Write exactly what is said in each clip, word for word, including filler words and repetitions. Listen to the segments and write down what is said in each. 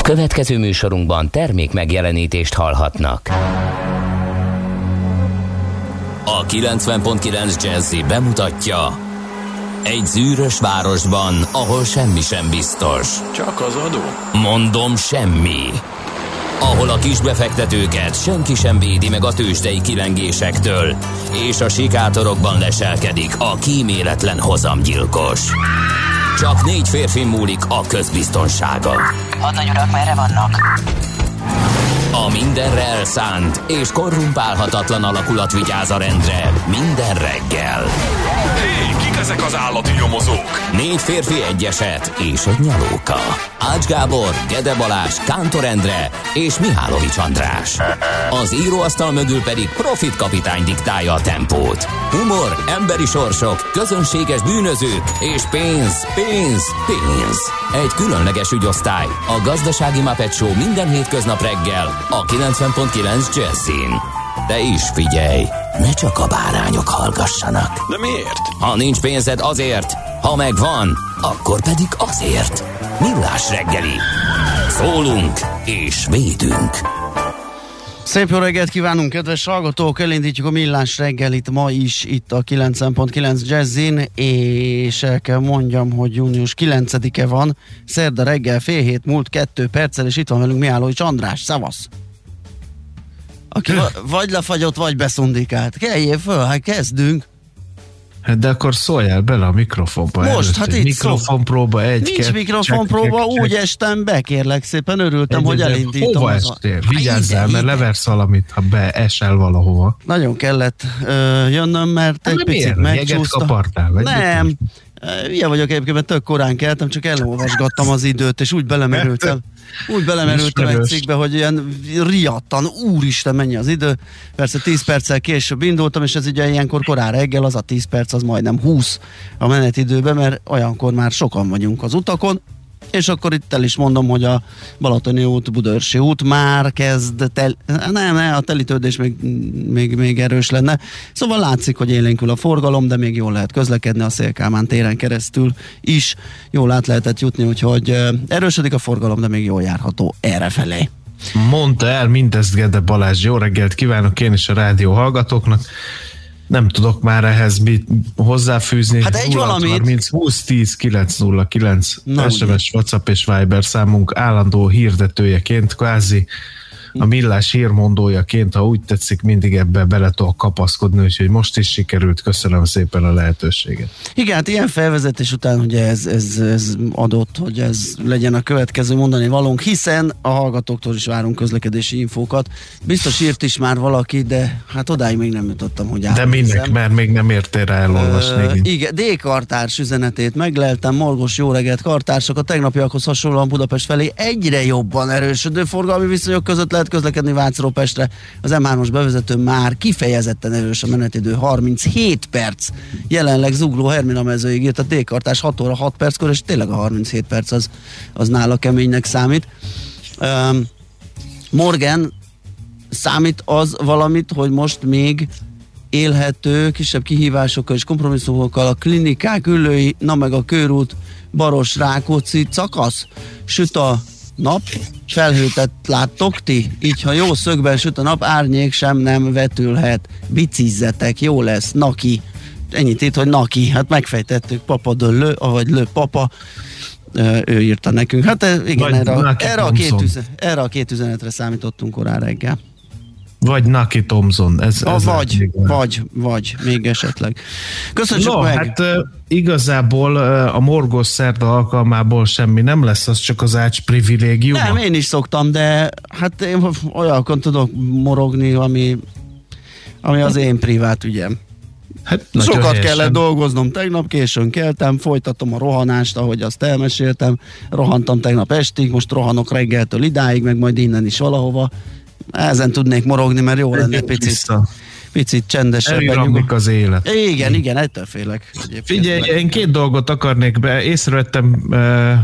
Következő műsorunkban termék megjelenítést hallhatnak. A kilencven pont kilenc Jazzy bemutatja: egy zűrös városban, ahol semmi sem biztos. Csak az adó? Mondom, semmi. Ahol a kisbefektetőket senki sem védi meg a tőzsdei kilengésektől, és a sikátorokban leselkedik a kíméletlen hozamgyilkos. Csak négy férfi múlik a közbiztonsága. Hadnagy urak, merre vannak? A mindenre elszánt és korrumpálhatatlan alakulat vigyáz a rendre minden reggel. Hé, kik ezek az állati nyomozók? Négy férfi, egy eset és egy nyalóka. Ács Gábor, Gede Balázs, Kántor Endre és Mihálovics András. Az íróasztal mögül pedig Profit kapitány diktálja a tempót. Humor, emberi sorsok, közönséges bűnözők és pénz, pénz, pénz. Egy különleges ügyosztály, a Gazdasági Muppet Show minden hétköznap reggel a kilencven pont kilenc Jazzyn. De is figyelj, ne csak a bárányok hallgassanak. De miért? Ha nincs pénzed, azért, ha megvan, akkor pedig azért. Millás reggeli. Szólunk és védünk. Szép jó reggelt kívánunk, kedves hallgatók! Elindítjuk a Millás reggelit ma is itt a kilencven pont kilenc Jazzyn, és el kell mondjam, hogy június kilencedike van, szerda reggel fél hét múlt kettő perccel, és itt van velünk Mihálovics András. Szavasz! Aki vagy lefagyott, vagy beszundikált. Keljél föl, hát kezdünk! Hát de akkor szóljál bele a mikrofonba. Most, előtt. hát itt mikrofonpróba, egy Nincs kett, mikrofonpróba, csak, úgy estem be, kérlek szépen, örültem, egy, hogy elindítom. Hova az estél? a... Vigyázzál, ide, mert ide. leversz valamit, ha beesel valahova. Nagyon kellett uh, jönnöm, mert egy de picit miért? megcsúsztam. Jeget kapartál? Vagy Nem, ilyen vagyok egyébként, mert tök korán keltem, csak elolvasgattam az időt, és úgy belemerültem. Úgy belemerültem egy cikkbe, hogy ilyen riadtan, úristen, mennyi az idő. Persze tíz perccel később indultam, és ez ugye ilyenkor korán reggel, az a tíz perc, az majdnem húsz a menetidőben, mert olyankor már sokan vagyunk az utakon, és akkor itt el is mondom, hogy a Balatoni út, Budaörsi út már kezd tel... nem, nem, a telítődés még, még, még erős lenne. Szóval látszik, hogy élénkül a forgalom, de még jól lehet közlekedni a Szél-Kálmán téren keresztül is. Jól át lehetett jutni, úgyhogy erősödik a forgalom, de még jól járható errefelé. Mondta el mindezt Gede Balázs. Jó reggelt kívánok én is a rádió hallgatóknak. Nem tudok már ehhez mit hozzáfűzni. Hát egy valamit. harminc húsz tíz kilenc nulla kilenc es em es, WhatsApp és Viber számunk állandó hirdetőjeként, kvázi a Millás hírmondójaként, ha úgy tetszik, mindig ebbe bele tudok kapaszkodni, úgyhogy most is sikerült. Köszönöm szépen a lehetőséget. Igen, hát ilyen felvezetés után ugye ez, ez, ez adott, hogy ez legyen a következő mondani valónk, hiszen a hallgatóktól is várunk közlekedési infókat. Biztos írt is már valaki, de hát odáig még nem jutottam, hogy De minek, mert még nem értél rá elolvasni. Ö, igen, D-kartárs üzenetét megleltem, morgos jó reggelt kartársak, a tegnapiakhoz hasonlóan Budapest felé egyre jobban erősödő forgalmi viszonyok között lehet közlekedni Vácról Pestre. Az em hármas bevezető már kifejezetten erős, a menetidő harminchét perc. Jelenleg Zugló Hermina mezőig írt a D-kartás hat óra hat perckor, és tényleg a harminchét perc az, az nála keménynek számít. Um, Morgan számít az valamit, hogy most még élhető, kisebb kihívásokkal és kompromisszumokkal a klinikák, Üllői, na meg a Körút, Baros, Rákóczi szakasz. Süt a nap, felhőtet láttok ti? Így, ha jó szögben süt a nap, árnyék sem nem vetülhet. Bicizzetek, jó lesz, naki. Ennyit itt, hogy naki. Hát megfejtettük, papa de lő, avagy lő papa. Ő írta nekünk. Hát igen, erre a, erre, a két üzen, erre a két üzenetre számítottunk korán reggel. Vagy Naki Thompson. Ez, a, ez vagy, vagy, vagy, még esetleg. Köszönjük no, meg! hát uh, igazából uh, a morgos szerda alkalmából semmi nem lesz, az csak az Ács privilégiuma. Nem, én is szoktam, de hát én olyankor tudok morogni, ami, ami az én privát ügyem. Hát sokat helyesen. kellett dolgoznom, tegnap későn keltem, folytatom a rohanást, ahogy azt elmeséltem, rohantam tegnap estig, most rohanok reggeltől idáig, meg majd innen is valahova. Ezen tudnék morogni, mert jó lenne picit, picit csendesebben. Elíramlik az élet. Igen, igen, ettől félek. Figyelj, én két dolgot akarnék be, észrevettem uh,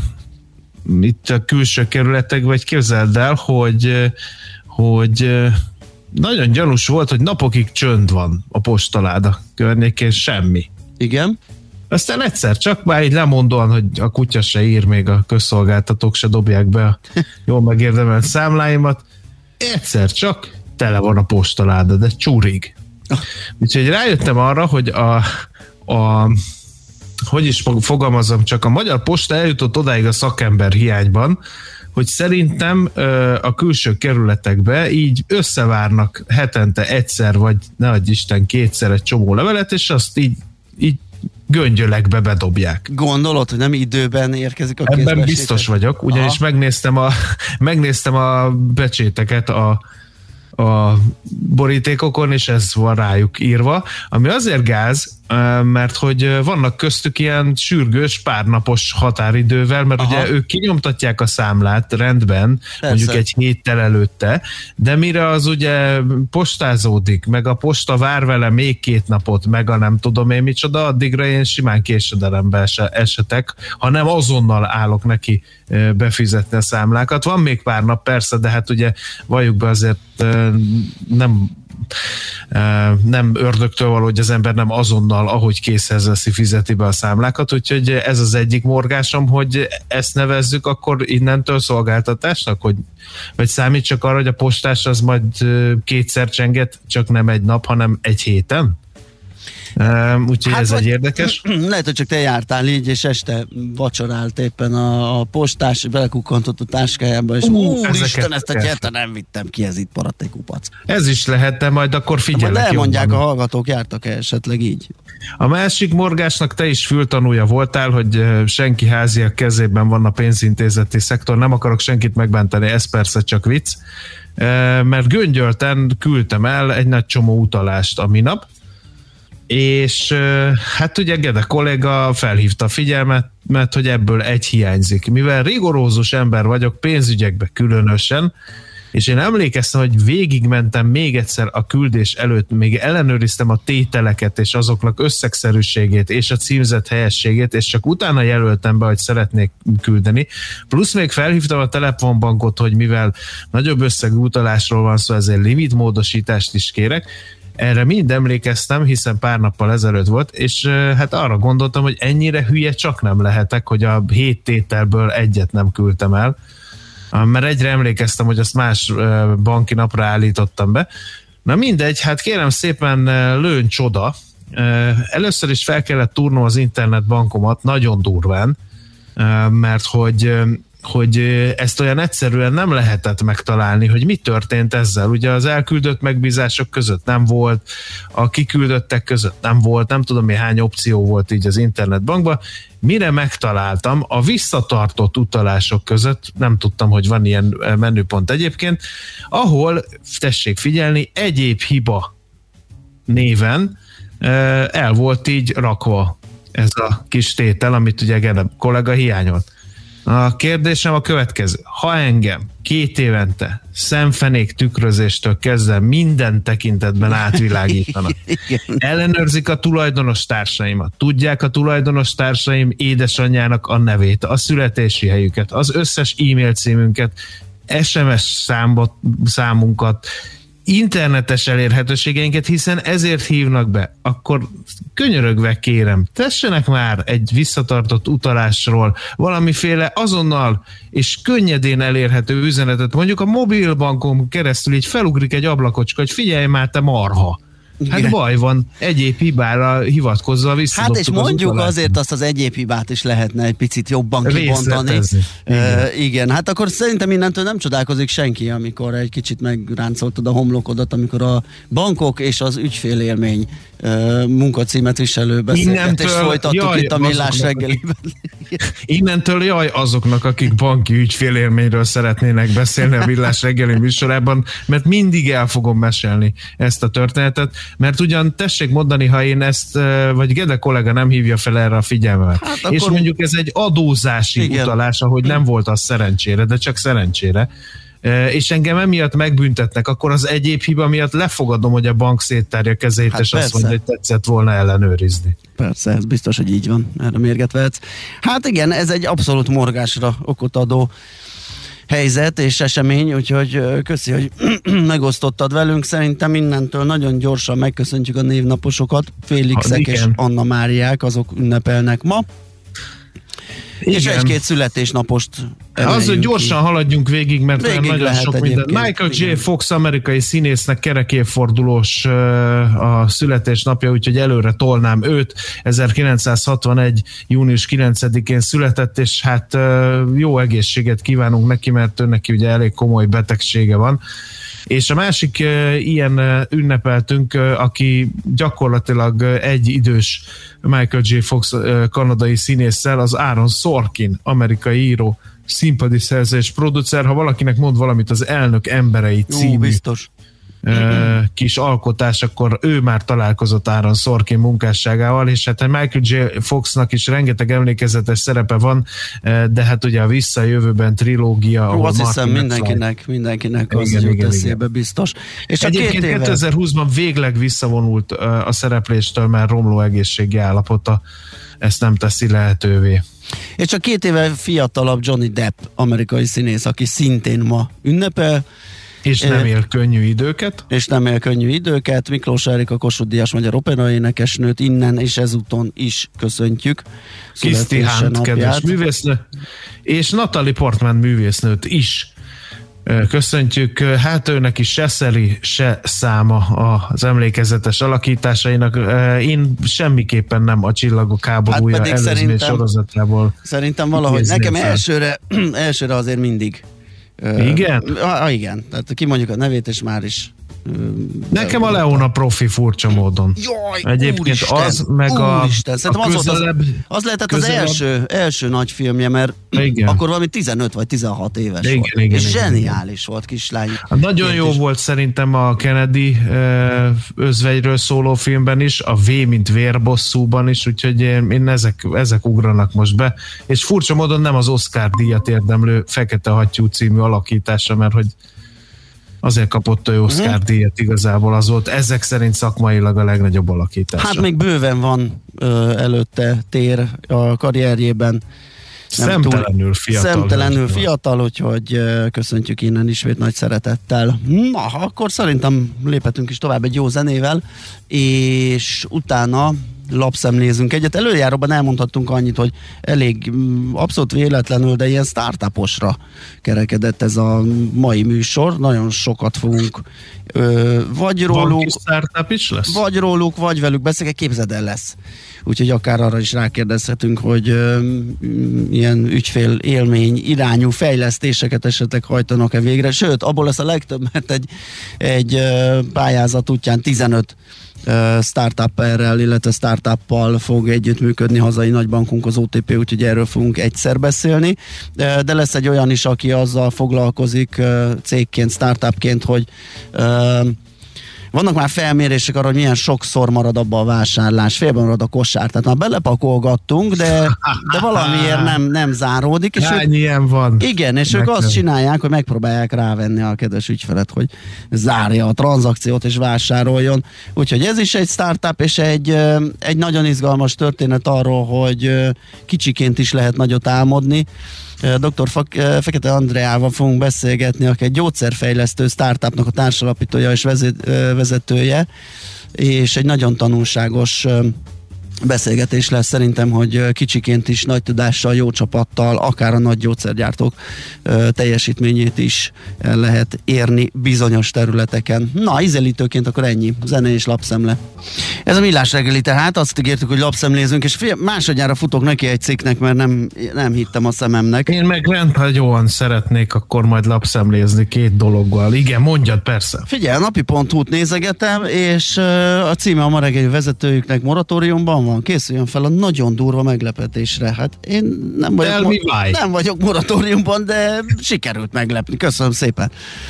itt a külső kerületek, vagy képzeld el, hogy, hogy uh, nagyon gyanús volt, hogy napokig csönd van a postaláda környékén, semmi. Igen. Aztán egyszer csak már így lemondóan, hogy a kutya se ír, még a közszolgáltatók se dobják be a jól megérdemelt számláimat, egyszer csak tele van a postaláda, de csúrig. Úgyhogy rájöttem arra, hogy a, a hogy is fogalmazom, csak a Magyar Posta eljutott odáig a szakember hiányban, hogy szerintem a külső kerületekbe így összevárnak hetente egyszer, vagy ne adj Isten kétszer egy csomó levelet, és azt így, így göngyölekbe bedobják. Gondolod, hogy nem időben érkezik a kézbe? Ebben biztos vagyok, ugyanis megnéztem a, megnéztem a becséteket a a borítékokon, és ez van rájuk írva, ami azért gáz, mert hogy vannak köztük ilyen sürgős párnapos határidővel, mert Aha. ugye ők kinyomtatják a számlát rendben, Persze. mondjuk egy héttel előtte, de mire az ugye postázódik, meg a posta vár vele még két napot, meg a nem tudom én micsoda, addigra én simán késedelembe esetek, ha nem azonnal állok neki befizetni a számlákat. Van még pár nap persze, de hát ugye valljuk be azért nem nem ördögtől való, hogy az ember nem azonnal, ahogy készhez veszi, fizeti be a számlákat, úgyhogy ez az egyik morgásom, hogy ezt nevezzük akkor innentől szolgáltatásnak, hogy, vagy számít csak arra, hogy a postás az majd kétszer csenget, csak nem egy nap, hanem egy héten? Um, úgyhogy hát ez vagy, egy érdekes. Lehet, hogy csak te jártál így, és este vacsorált éppen a, a postás, belekukkantott a táskájába, és úristen, ezt a gyerte nem vittem ki, ez itt maradt egy kupac. Ez is lehet, de majd akkor figyelek. Majd elmondják jobban. A hallgatók, jártak-e esetleg így? A másik morgásnak te is fültanúja voltál, hogy senki háziak kezében van a pénzintézeti szektor, nem akarok senkit megbántani, ez persze csak vicc, mert göngyölten küldtem el egy nagy csomó utalást a minap, és hát ugye Gede kolléga felhívta a figyelmet, mert hogy ebből egy hiányzik. Mivel rigorózus ember vagyok, pénzügyekbe különösen, és én emlékeztem, hogy végigmentem még egyszer a küldés előtt, még ellenőriztem a tételeket és azoknak összegszerűségét és a címzett helyességét, és csak utána jelöltem be, hogy szeretnék küldeni. Plusz még felhívtam a telefonbankot, hogy mivel nagyobb összegű utalásról van szó, ezért limitmódosítást is kérek. Erre mind emlékeztem, hiszen pár nappal ezelőtt volt, és hát arra gondoltam, hogy ennyire hülye csak nem lehetek, hogy a hét tételből egyet nem küldtem el, mert egyre emlékeztem, hogy azt más banki napra állítottam be. Na mindegy, hát kérem szépen lőn csoda. Először is fel kellett túrnom az internetbankomat, nagyon durván, mert hogy hogy ezt olyan egyszerűen nem lehetett megtalálni, hogy mi történt ezzel. Ugye az elküldött megbízások között nem volt, a kiküldöttek között nem volt, nem tudom, mi hány opció volt így az internetbankban. Mire megtaláltam, a visszatartott utalások között, nem tudtam, hogy van ilyen menüpont egyébként, ahol, tessék figyelni, egyéb hiba néven el volt így rakva ez a kis tétel, amit ugye Gede kollega hiányolt. A kérdésem a következő. Ha engem két évente szemfenék tükrözéstől kezdve minden tekintetben átvilágítanak, ellenőrzik a tulajdonos társaimat, tudják a tulajdonos társaim édesanyjának a nevét, a születési helyüket, az összes e-mail címünket, es em es számot, számunkat, internetes elérhetőségeinket, hiszen ezért hívnak be, akkor könyörögve kérem, tessenek már egy visszatartott utalásról valamiféle azonnal és könnyedén elérhető üzenetet, mondjuk a mobilbankom keresztül így felugrik egy ablakocska, hogy figyelj már, te marha. Hát igen. Baj van, egyéb hibára hivatkozva visszadobtuk. Hát és mondjuk az azért azt az egyéb hibát is lehetne egy picit jobban kibontani. Igen. Uh, igen, hát akkor szerintem innentől nem csodálkozik senki, amikor egy kicsit megráncoltad a homlokodat, amikor a bankok és az ügyfélélmény uh, munkacímet viselő beszélgetést folytattuk jaj, itt a Millás reggeliben. Innentől jaj azoknak, akik banki ügyfélélményről szeretnének beszélni a Millás reggeli műsorában, mert mindig el fogom mesélni ezt a történetet, mert ugyan tessék mondani, ha én ezt, vagy Gede kollega nem hívja fel erre a figyelmet. Hát akkor... És mondjuk ez egy adózási igen. utalás, ahogy nem volt az szerencsére, de csak szerencsére. És engem emiatt megbüntetnek, akkor az egyéb hiba miatt lefogadom, hogy a bank széttárja kezeit, hát és persze. Azt mondja, hogy tetszett volna ellenőrizni. Persze, ez biztos, hogy így van. Erre mérget vehetsz. Hát igen, ez egy abszolút morgásra okot adó helyzet és esemény, úgyhogy köszi, hogy megosztottad velünk. Szerintem innentől nagyon gyorsan megköszöntjük a névnaposokat. Félixek és Anna Máriák, azok ünnepelnek ma. Igen. És egy-két születésnapost az, hogy gyorsan ki. Haladjunk végig, mert végig nagyon sok minden. Michael J. Igen. Fox amerikai színésznek kerekévfordulós a születésnapja, úgyhogy előre tolnám őt. ezerkilencszázhatvanegy. június kilencedikén született, és hát jó egészséget kívánunk neki, mert ő neki ugye elég komoly betegsége van. És a másik uh, ilyen uh, ünnepeltünk, uh, aki gyakorlatilag uh, egy idős Michael J. Fox uh, kanadai színésszel, az Aaron Sorkin, amerikai író, színpadi szerző és producer. Ha valakinek mond valamit az Elnök emberei című Ú, biztos. Uh, kis alkotás, akkor ő már találkozott Aaron Sorkin munkásságával, és hát Michael J. Foxnak is rengeteg emlékezetes szerepe van, uh, de hát ugye a Visszajövőben trilógia, ahol azt hiszem mindenkinek, mindenkinek az igen, jut igen, eszébe, igen. biztos. És egyébként kétezer-húszban végleg visszavonult uh, a szerepléstől, mert romló egészségi állapota ezt nem teszi lehetővé. És csak két éve fiatalabb Johnny Depp, amerikai színész, aki szintén ma ünnepel, és nem él könnyű időket. És nem él könnyű időket. Miklós Erika Kossuth Díjas magyar operaénekesnőt innen és ezúton is köszöntjük. Kiszti Hunt, kedves művésznő, és Natalie Portman művésznőt is köszöntjük. Hát őnek is se szeli, se száma az emlékezetes alakításainak. Én semmiképpen nem a Csillagok háborúja hát előzmény sorozatából. Szerintem valahogy nekem elsőre, elsőre azért mindig igen? Uh, ah, igen, tehát kimondjuk a nevét, és már is uh, nekem a Leona profi furcsa módon. Jaj, egyébként úristen, az, meg úristen. a, a közelebb, közelebb, az, az, az lehetett közelebb. az első, első nagy filmje, mert igen. akkor valami tizenöt vagy tizenhat éves igen, volt. Igen, és igen, zseniális igen. volt kislány. Nagyon jó is. Volt szerintem a Kennedy özvegyről szóló filmben is, a V mint vérbosszúban is, úgyhogy én ezek, ezek ugranak most be. És furcsa módon nem az Oscar díjat érdemlő Fekete hattyú című alakítása, mert hogy azért kapott a Oscar uh-huh. díjat igazából, az volt ezek szerint szakmailag a legnagyobb alakítása. Hát még bőven van ö, előtte tér a karrierjében. Szemtelenül fiatal. Szemtelenül fiatal, úgyhogy ö, köszöntjük innen ismét nagy szeretettel. Na, akkor szerintem léphetünk is tovább egy jó zenével, és utána lapszemlézünk egyet. Előjáróban elmondhattunk annyit, hogy elég abszolút véletlenül, de ilyen startuposra kerekedett ez a mai műsor. Nagyon sokat fogunk ö, vagy róluk, startup is lesz? vagy róluk, vagy velük beszélni, képzeld el lesz. Úgyhogy akár arra is rákérdezhetünk, hogy ö, ilyen ügyfél élmény irányú fejlesztéseket esetleg hajtanak-e végre. Sőt, abból lesz a legtöbb, mert egy, egy ö, pályázat útján tizenöt startup-errel, illetve startuppal fog együttműködni hazai nagybankunk, az o té pé, úgyhogy erről fogunk egyszer beszélni, de lesz egy olyan is, aki azzal foglalkozik cégként, startupként, hogy vannak már felmérések arra, hogy milyen sokszor marad abba a vásárlás, félben marad a kosár, tehát már belepakolgattunk, de, de valamiért nem, nem záródik. És Hány ők, ilyen van? Igen, és Nekem. ők azt csinálják, hogy megpróbálják rávenni a kedves ügyfelet, hogy zárja a tranzakciót és vásároljon. Úgyhogy ez is egy startup, és egy, egy nagyon izgalmas történet arról, hogy kicsiként is lehet nagyot álmodni. doktor Fekete Andreával fogunk beszélgetni, aki egy gyógyszerfejlesztő startupnak a társalapítója és vezetője, és egy nagyon tanulságos beszélgetés lesz szerintem, hogy kicsiként is nagy tudással, jó csapattal, akár a nagy gyógyszergyártók teljesítményét is el lehet érni bizonyos területeken. Na, ízelítőként akkor ennyi. Zene és lapszemle. Ez a Millás reggeli, tehát azt ígértük, hogy lapszemlézünk, és fél, másodjára futok neki egy cikknek, mert nem, nem hittem a szememnek. Én meg rendhagyóan szeretnék akkor majd lapszemlézni két dologgal. Igen, mondjad, persze. Figyelj, napi pont hu-t nézegetem, és a címe a ma reggeli vezetőjüknek moratóriumban van. Készüljön fel a nagyon durva meglepetésre. Hát én nem vagyok, mo- nem vagyok moratóriumban, de sikerült meglepni. Köszönöm szépen.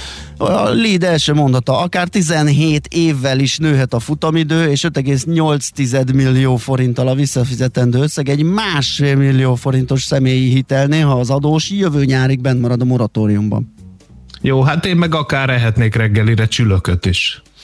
A lead első mondata, akár tizenhét évvel is nőhet a futamidő, és öt egész nyolc millió forinttal a visszafizetendő összeg egy másfél millió forintos személyi hitelnél, ha az adós jövő nyárig bent marad a moratóriumban. Jó, hát én meg akár ehetnék reggelire csülököt is.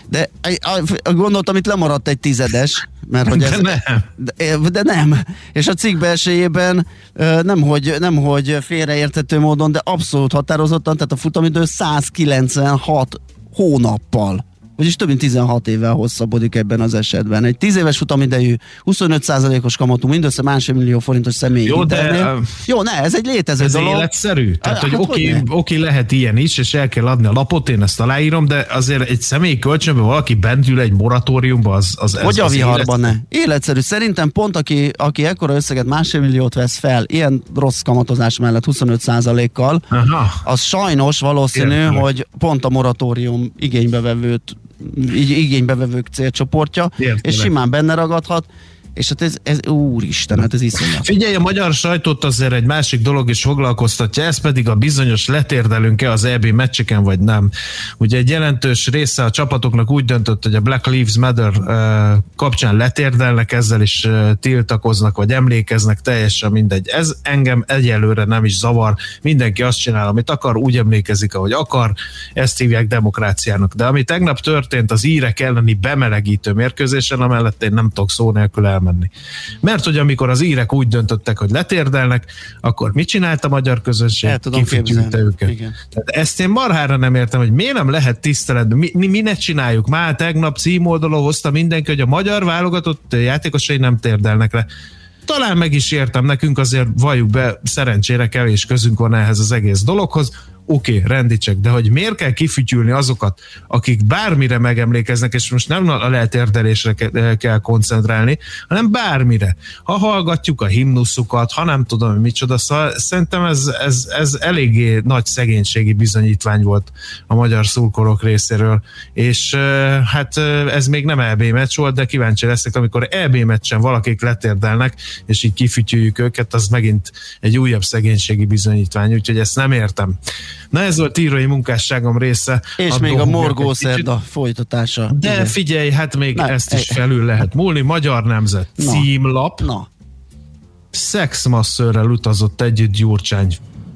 De gondoltam, itt lemaradt egy tizedes, mert hogy ez, de nem. De, de nem. És a cikk belsejében nemhogy, nemhogy félreérthető módon, de abszolút határozottan, tehát a futamidő száz kilencvenhat hónappal. Vagyis több mint tizenhat évvel hosszabbodik ebben az esetben. Egy tíz éves futamidejű, huszonöt százalékos kamatú, mindössze másfél millió forintos személyi Jó, hitelnél. de, uh, Jó, ne, ez egy létező ez dolog. életszerű. Tehát, Hát, hogy oké, hogy oké, lehet ilyen is, és el kell adni a lapot, én ezt aláírom, de azért egy személyi kölcsönben valaki bent ül egy moratóriumban, az, az Hogy ez, a az viharban életszerű. ne? Életszerű. Szerintem pont aki, aki ekkora összeget másfél milliót vesz fel, ilyen rossz kamatozás mellett huszonöt százalékkal, Aha. az sajnos valószínű, Értelek. hogy pont a moratórium igénybevevőt így igénybevevők célcsoportja, Értelek. és simán benne ragadhat, és hát ez, ez úristen, hát ez iszonyat. Figyelj, a magyar sajtót azért egy másik dolog is foglalkoztatja, ez pedig a bizonyos letérdelünk-e az é bé meccseken, vagy nem. Ugye egy jelentős része a csapatoknak úgy döntött, hogy a Black Lives Matter uh, kapcsán letérdelnek, ezzel is uh, tiltakoznak, vagy emlékeznek, teljesen mindegy. Ez engem egyelőre nem is zavar, mindenki azt csinál, amit akar, úgy emlékezik, ahogy akar, ezt hívják demokráciának. De ami tegnap történt az írek elleni bemelegítő mérkőzésen, amellett én nem tudok szó nélkül elmenni. Mert hogy amikor az írek úgy döntöttek, hogy letérdelnek, akkor mit csinált a magyar közönség? Kifütyülte őket. Igen. Tehát ezt én marhára nem értem, hogy miért nem lehet tiszteletben, mi, mi, mi ne csináljuk? Már tegnap címoldalon hozta mindenki, hogy a magyar válogatott játékosai nem térdelnek le. Talán meg is értem, nekünk azért valljuk be, szerencsére kevés közünk van ehhez az egész dologhoz. Oké, okay, rendítsek, de hogy miért kell kifütyülni azokat, akik bármire megemlékeznek, és most nem a letérdelésre kell koncentrálni, hanem bármire. Ha hallgatjuk a himnuszukat, ha nem tudom, hogy micsoda, szóval szerintem ez, ez, ez eléggé nagy szegénységi bizonyítvány volt a magyar szurkolók részéről, és hát ez még nem é bé meccs volt, de kíváncsi leszek, amikor é bé meccsen valakik letérdelnek, és így kifütyüljük őket, az megint egy újabb szegénységi bizonyítvány, úgyhogy ezt nem értem. Na ez volt írói munkásságom része. És a még a morgószerda folytatása. De igen. Figyelj, hát még Na, ezt is felül lehet múlni. Magyar Nemzet Na. címlap. Na. Szexmasszörrel utazott együtt Gyurcsány.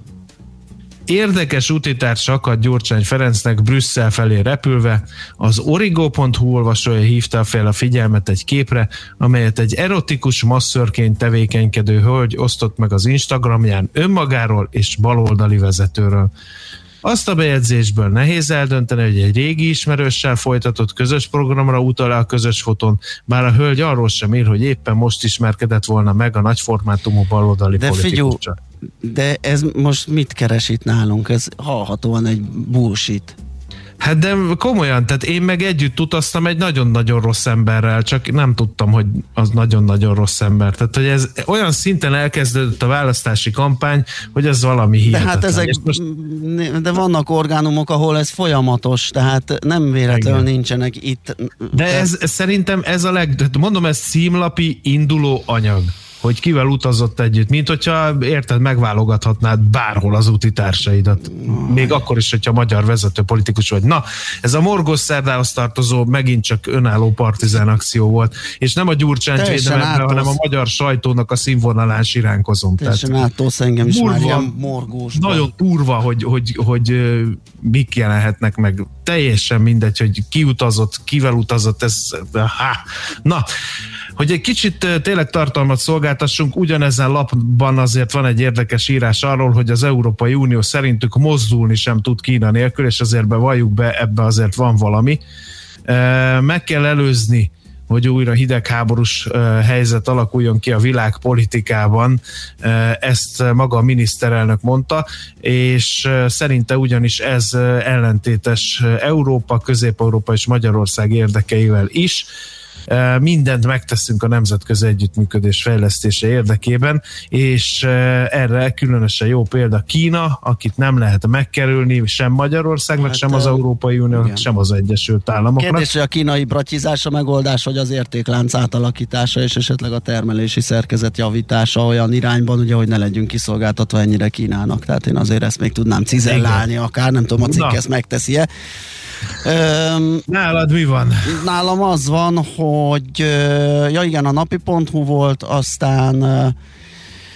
Érdekes útitárs akad Gyurcsány Ferencnek Brüsszel felé repülve. Az origo pont hu olvasója hívta fel a figyelmet egy képre, amelyet egy erotikus masszörként tevékenykedő hölgy osztott meg az Instagramján önmagáról és baloldali vezetőről. Azt a bejegyzésből nehéz eldönteni, hogy egy régi ismerőssel folytatott közös programra utal a közös fotón, bár a hölgy arról sem ír, hogy éppen most ismerkedett volna meg a nagyformátumú baloldali politikussal. De ez most mit keres itt nálunk? Ez hallhatóan egy bullshit. Hát de komolyan, tehát én meg együtt utaztam egy nagyon-nagyon rossz emberrel, csak nem tudtam, hogy az nagyon-nagyon rossz ember. Tehát, hogy ez olyan szinten elkezdődött a választási kampány, hogy ez valami hihetetlen. De hát ezek, most... de vannak orgánumok, ahol ez folyamatos, tehát nem véletlenül igen. nincsenek itt. De ez, ez szerintem ez a leg... Mondom, ez címlapi induló anyag, hogy kivel utazott együtt, mint hogyha érted, megválogathatnád bárhol az útitársaidat. Még akkor is, hogyha magyar vezető politikus vagy. Na, ez a morgós szerdához tartozó megint csak önálló partizán akció volt, és nem a Gyurcsányt védem, hanem a magyar sajtónak a színvonalán siránkozom. Teljesen átolsz engem is már ilyen morgósban. Nagyon durva, hogy, hogy, hogy mik jelenhetnek meg. Teljesen mindegy, hogy ki utazott, kivel utazott, ez... Há. Na, hogy egy kicsit tényleg tartalmat szolgáltassunk, ugyanezen lapban azért van egy érdekes írás arról, hogy az Európai Unió szerintük mozdulni sem tud Kína nélkül, és azért bevalljuk be, ebbe azért van valami. Meg kell előzni, hogy újra hidegháborús helyzet alakuljon ki a világpolitikában, ezt maga a miniszterelnök mondta, és szerinte ugyanis ez ellentétes Európa, Közép-Európa és Magyarország érdekeivel is. Mindent megteszünk a nemzetközi együttműködés fejlesztése érdekében, és erre különösen jó példa Kína, akit nem lehet megkerülni sem Magyarországnak, hát, sem az Európai Uniónak, igen. sem az Egyesült Államoknak. Kérdés, hogy a kínai bratyizása megoldás, vagy az értéklánc átalakítása, és esetleg a termelési szerkezet javítása olyan irányban, ugye, hogy ne legyünk kiszolgáltatva ennyire Kínának. Tehát én azért ezt még tudnám cizellálni, akár nem tudom, a cikk ezt megteszi-e. Um, Nálad mi van? Nálam az van, hogy ja igen, a napi pont hu volt, aztán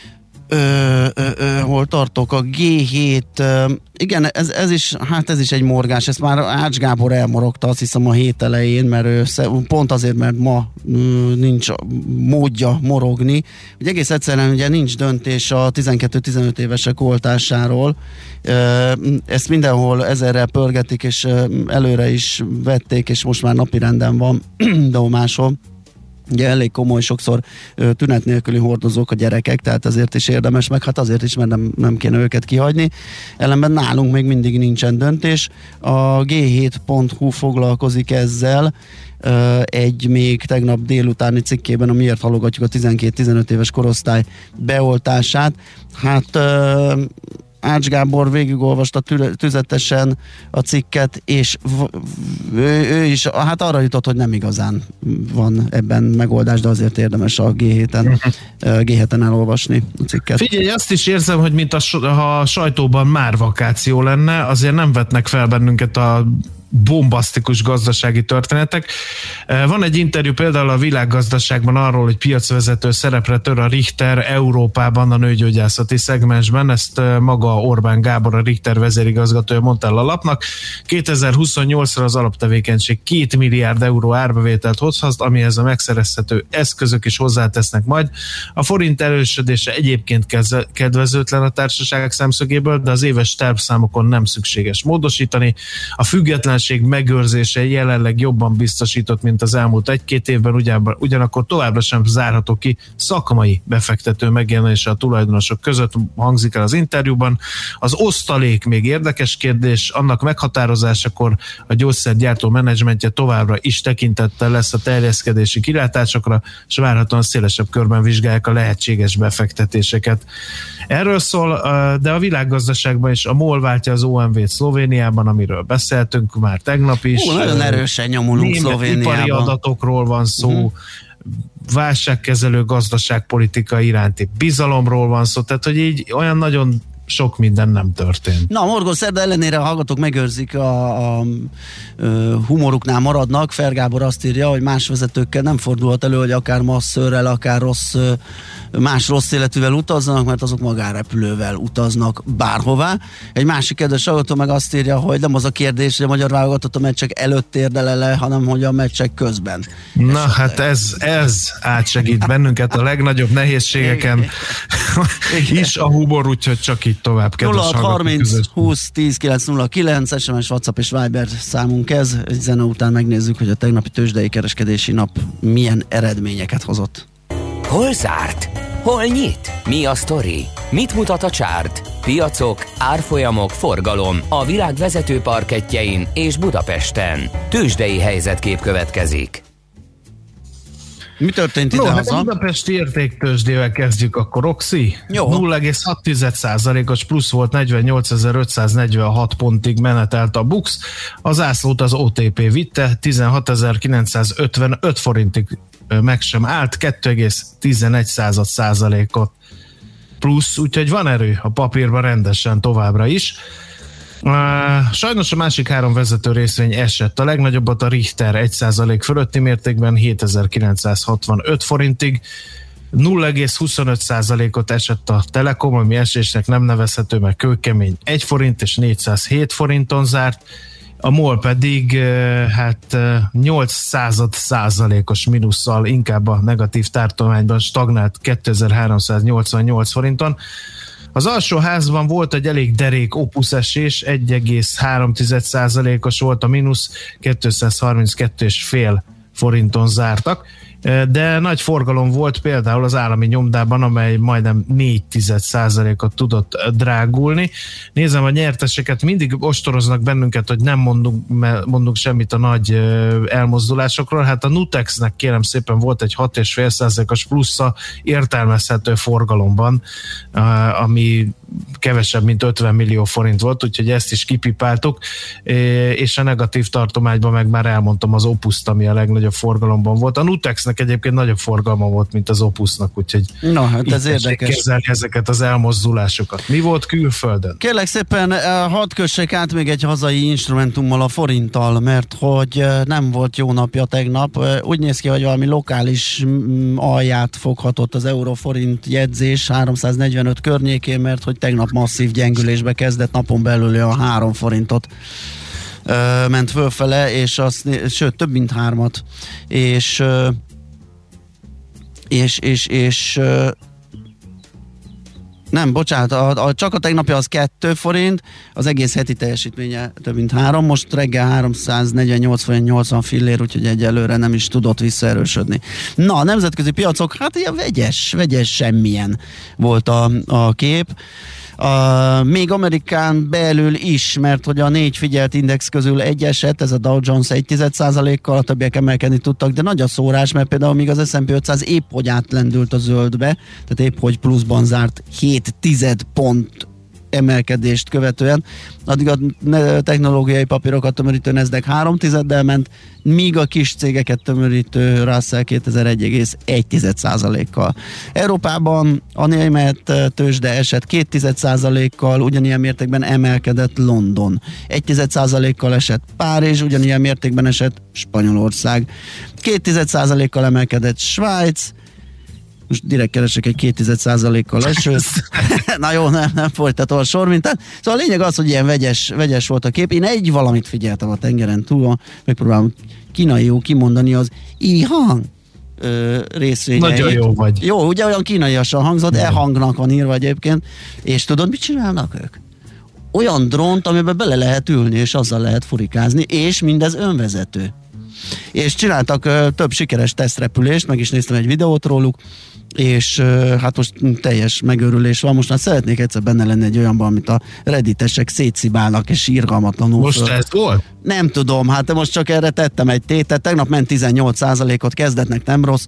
Ö, ö, ö, hol tartok? A gé hét, ö, igen, ez, ez is, hát ez is egy morgás, ezt már Ács Gábor elmorogta, azt hiszem a hét elején, mert ő, pont azért, mert ma ö, nincs módja morogni. Ugye egész egyszerűen ugye nincs döntés a tizenkettő-tizenöt évesek oltásáról, ö, ezt mindenhol ezerrel pörgetik, és ö, előre is vették, és most már napirenden van, de máshol. Ugye elég komoly, sokszor ö, tünet nélküli hordozók a gyerekek, tehát azért is érdemes, meg hát azért is, mert nem, nem kéne őket kihagyni. Ellenben nálunk még mindig nincsen döntés. A gé hét pont hú foglalkozik ezzel ö, egy még tegnap délutáni cikkében, a miért halogatjuk a tizenkét-tizenöt éves korosztály beoltását. Hát ö, Ács Gábor végigolvasta tüzetesen a cikket, és v- ő, ő is hát arra jutott, hogy nem igazán van ebben megoldás, de azért érdemes a gé héten, gé héten elolvasni a cikket. Figyelj, azt is érzem, hogy mint a, ha a sajtóban már vakáció lenne, azért nem vetnek fel bennünket a bombasztikus gazdasági történetek. Van egy interjú például a Világgazdaságban arról, hogy piacvezető szerepre tör a Richter Európában a nőgyógyászati szegmensben, ezt maga Orbán Gábor, a Richter vezérigazgatója mondta el a lapnak. kétezer-huszonnyolcra az alaptevékenység két milliárd euró árbevételt hozhat, amihez a megszerezhető eszközök is hozzátesznek majd. A forint erősödése egyébként kedvezőtlen a társaságok szemszögéből, de az éves tervszámokon nem szükséges módosítani. A függetlenség megőrzése jelenleg jobban biztosított, mint az elmúlt egy-két évben, ugyanakkor továbbra sem zárható ki szakmai befektető megjelenése a tulajdonosok között, hangzik el az interjúban. Az osztalék még érdekes kérdés, annak meghatározásakor a gyógyszergyártó menedzsmentje továbbra is tekintettel lesz a terjeszkedési kilátásokra, és várhatóan szélesebb körben vizsgálják a lehetséges befektetéseket. Erről szól, de a Világgazdaságban is a MOL váltja az o em vét Szlovéniában, amiről beszéltünk már tegnap is. Ó, nagyon erősen nyomulunk Szlovéniában. Ipari adatokról van szó, uh-huh. válságkezelő gazdaságpolitika iránti bizalomról van szó, tehát hogy így olyan nagyon sok minden nem történt. Na, Morgó Szerda ellenére a hallgatók megőrzik a, a, a humoruknál maradnak. Fergábor azt írja, hogy más vezetőkkel nem fordulhat elő, hogy akár masszörrel, akár rossz, más rossz életűvel utazzanak, mert azok magánrepülővel utaznak bárhová. Egy másik kedves hallgató meg azt írja, hogy nem az a kérdés, hogy a magyar válogatott a meccsek előtt érdele le, hanem hogy a meccsek közben. Na, esetleg. Hát ez, ez átsegít bennünket a legnagyobb nehézségeken is a humor, úgyhogy csak így tovább, kedves nulla hat harminc húsz tíz kilenc nulla kilenc es em es, WhatsApp és Viber számunk ez. Egy zene után megnézzük, hogy a tegnapi tőzsdei kereskedési nap milyen eredményeket hozott. Hol zárt? Hol nyit? Mi a sztori? Mit mutat a csárt? Piacok, árfolyamok, forgalom a világ vezető parkettjein és Budapesten. Tőzsdei helyzetkép következik. Mi történt no, ide hát haza? a budapesti értéktőzsdével kezdjük akkor, Roxy. nulla egész hat százalékos plusz volt, negyvennyolcezer-ötszáznegyvenhat pontig menetelt a BUX. Az zászlót az o té pé vitte, tizenhatezer-kilencszázötvenöt forintig meg sem állt, két egész tizenegy százalékot plusz, úgyhogy van erő a papírban rendesen továbbra is. Uh, sajnos a másik három vezető részvény esett. A legnagyobbat a Richter egy százalék fölötti mértékben hétezer-kilencszázhatvanöt forintig, nulla egész huszonöt százalékot esett a Telekom, ami esésnek nem nevezhető, mert kőkemény egy forint és négyszázhét forinton zárt. A MOL pedig hát nyolc század százalékos mínusszal inkább a negatív tartományban stagnált kétezer-háromszáznyolcvannyolc forinton. Az alsóházban volt egy elég derék Opus esés, egy egész három százalékos volt a mínusz, kétszázharminckettő egész öt forinton zártak, de nagy forgalom volt például az állami nyomdában, amely majdnem négy százalékot tudott drágulni. Nézem a nyerteseket, mindig ostoroznak bennünket, hogy nem mondunk, mondunk semmit a nagy elmozdulásokról. Hát a Nutexnek kérem szépen volt egy hat egész öt százalékos plusza értelmezhető forgalomban, ami kevesebb, mint ötven millió forint volt, úgyhogy ezt is kipipáltuk, és a negatív tartományban meg már elmondtam az Opuszt, ami a legnagyobb forgalomban volt. A Nutexnek egyébként nagyobb forgalma volt, mint az Opusnak, úgyhogy na, hát ez érdekes. Kezelni ezeket az elmozdulásokat. Mi volt külföldön? Kérlek szépen, hadd kössek át még egy hazai instrumentummal, a forinttal, mert hogy nem volt jó napja tegnap. Úgy néz ki, hogy valami lokális alját foghatott az euró-forint jegyzés háromszáznegyvenöt környékén, mert hogy tegnap masszív gyengülésbe kezdett, napon belül a három forintot ö, ment fölfele, és az, sőt, több mint hármat, és ö, és, és, és ö, nem, bocsánat, a, a, csak a tegnapja az kettő forint, az egész heti teljesítménye több mint három, most reggel háromszáznegyvennyolc forint nyolcvan fillér, úgyhogy egyelőre nem is tudott visszaerősödni. Na, a nemzetközi piacok, hát ilyen vegyes, vegyes semmilyen volt a, a kép. A, még Amerikán belül is, mert hogy a négy figyelt index közül egy esett, ez a Dow Jones egy tized százalékkal, a többiek emelkedni tudtak, de nagy a szórás, mert például még az es and pé ötszáz épp hogy átlendült a zöldbe, tehát épp hogy pluszban zárt hét tized pont emelkedést követően, addig a technológiai papírokat tömörítő Nasdaq három tizeddel ment, míg a kis cégeket tömörítő Russell kétezer-egy egész egy tized százalékkal. Európában a német tőzsde esett két tized százalékkal, ugyanilyen mértékben emelkedett London. Egy tized százalékkal esett Párizs, ugyanilyen mértékben esett Spanyolország. Két tized százalékkal emelkedett Svájc, most direkt keresek egy két tized százalékkal esőt. Na jó, nem, nem folytatom a sormintát. Szóval a lényeg az, hogy ilyen vegyes, vegyes volt a kép. Én egy valamit figyeltem a tengeren túl, megpróbálom kínaiul kimondani, az i-hang részvényeit. Nagyon jó vagy. Jó, ugye olyan kínaiasan hangzott, e-hangnak van írva egyébként, és tudod, mit csinálnak ők? Olyan drónt, amiben bele lehet ülni, és azzal lehet furikázni, és mindez önvezető. És csináltak uh, több sikeres tesztrepülést, meg is néztem egy videót róluk, és uh, hát most teljes megőrülés van. Most már szeretnék egyszer benne lenni egy olyanban, amit a redditesek szétszibálnak, és irgalmatlanul. Most föl. Ez volt? Nem tudom, hát most csak erre tettem egy tétet. Tegnap ment tizennyolc százalékot, kezdetnek nem rossz,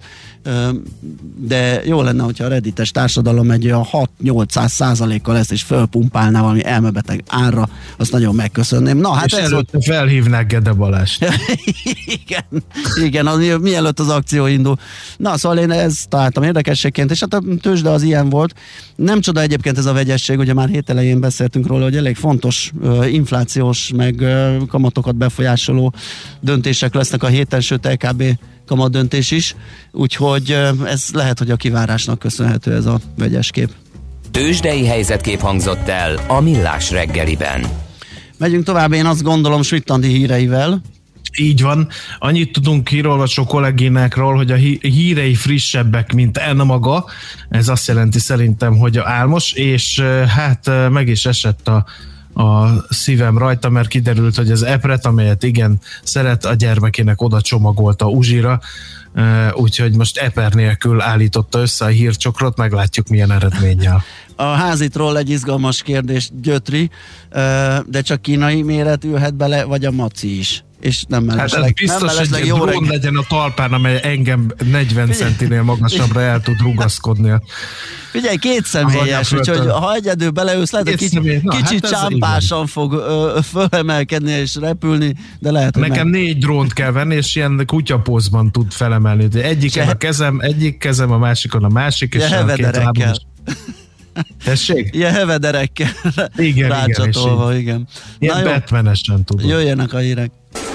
de jó lenne, hogyha a reddites társadalom egy olyan hat-nyolcszáz százalékkal lesz, és fölpumpálná valami elmebeteg árra, azt nagyon megköszönném. Na, hát és ez volt... felhívnák Gede Balást. igen, igen, az, mielőtt az akció indul. Na, szóval én ezt találtam érdekességként, és hát a tőzsde az ilyen volt. Nem csoda egyébként ez a vegyesség, ugye már hét elején beszéltünk róla, hogy elég fontos uh, inflációs, meg uh, kamatokat befolyásoló döntések lesznek a héten, sőt el ká bé kamat döntés is, úgyhogy uh, ez lehet, hogy a kivárásnak köszönhető ez a vegyes kép. Tőzsdei helyzetkép hangzott el a Millás reggeliben. Megyünk tovább, én azt gondolom Schmidt-Andi híreivel. Így van. Annyit tudunk hírolvasó kolléginákról, hogy a hírei frissebbek, mint en maga. Ez azt jelenti szerintem, hogy a álmos, és hát meg is esett a, a szívem rajta, mert kiderült, hogy az epret, amelyet igen szeret, a gyermekének oda csomagolta Uzsira, úgyhogy most eper nélkül állította össze a hírcsokrot, meglátjuk milyen eredménnyel. A házitról egy izgalmas kérdés gyötri, de csak kínai méret ülhet bele, vagy a maci is? És nem mellesleg. Hát ez biztos, nem hogy egy drón legyen a talpán, amely engem negyven centinél magasabbra el tud rugaszkodni. Figyelj, két személyes, úgyhogy ha egyedül beleülsz, lehet, hogy kicsit, Na, kicsit hát csámpásan fog ö, fölemelkedni és repülni, de lehet, hogy nekem meg... négy drónt kell venni, és ilyen kutyapózban tud felemelni. Egyiken Se... a kezem, egyik kezem, a másikon a másik, és a két lábon. Tessék? Ilyen hevederekkel igen, rácsatolva, igen. igen. Ilyen Batman-esen tudom. Jöjjenek a hírek.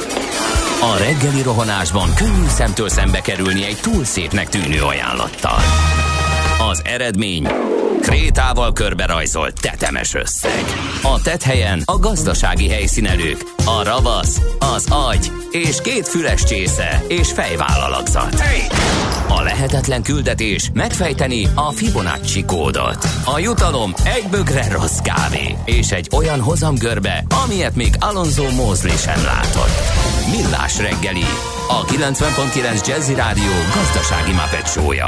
A reggeli rohanásban könnyű szemtől szembe kerülni egy túl szépnek tűnő ajánlattal. Az eredmény krétával körberajzolt tetemes összeg. A tetthelyen a gazdasági helyszínelők, a ravasz, az agy és két füles csésze és fejvállalakzat. A lehetetlen küldetés megfejteni a Fibonacci kódot. A jutalom egy bögre rossz kávé és egy olyan hozamgörbe, amilyet még Alonso Mosley sem látott. Millás reggeli, a kilencven pont kilenc Jazzy Rádió gazdasági Muppet show-ja.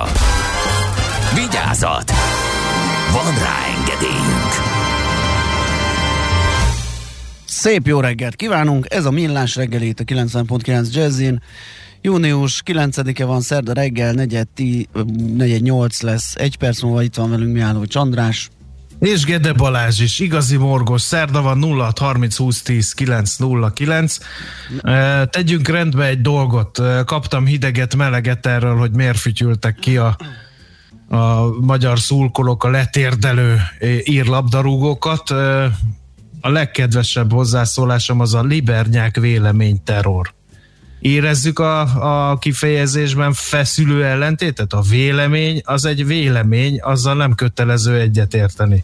Vigyázat! Van rá engedélyünk! Szép jó reggelt kívánunk! Ez a Millás reggeli itt a kilencven pont kilenc Jazzin. Június kilencedike van, szerda reggel, negyed nyolc lesz. Egy perc múlva itt van velünk Mihálovics András. És Gede Balázs is, igazi morgos, szerda van, nulla hat harminc húsz tíz kilenc nulla kilenc. Tegyünk rendbe egy dolgot, kaptam hideget, meleget erről, hogy miért fütyültek ki a, a magyar szurkolók a letérdelő ír labdarúgókat. A legkedvesebb hozzászólásom az a libernyák véleményterror. Érezzük a, a kifejezésben feszülő ellentétet? A vélemény az egy vélemény, azzal nem kötelező egyetérteni.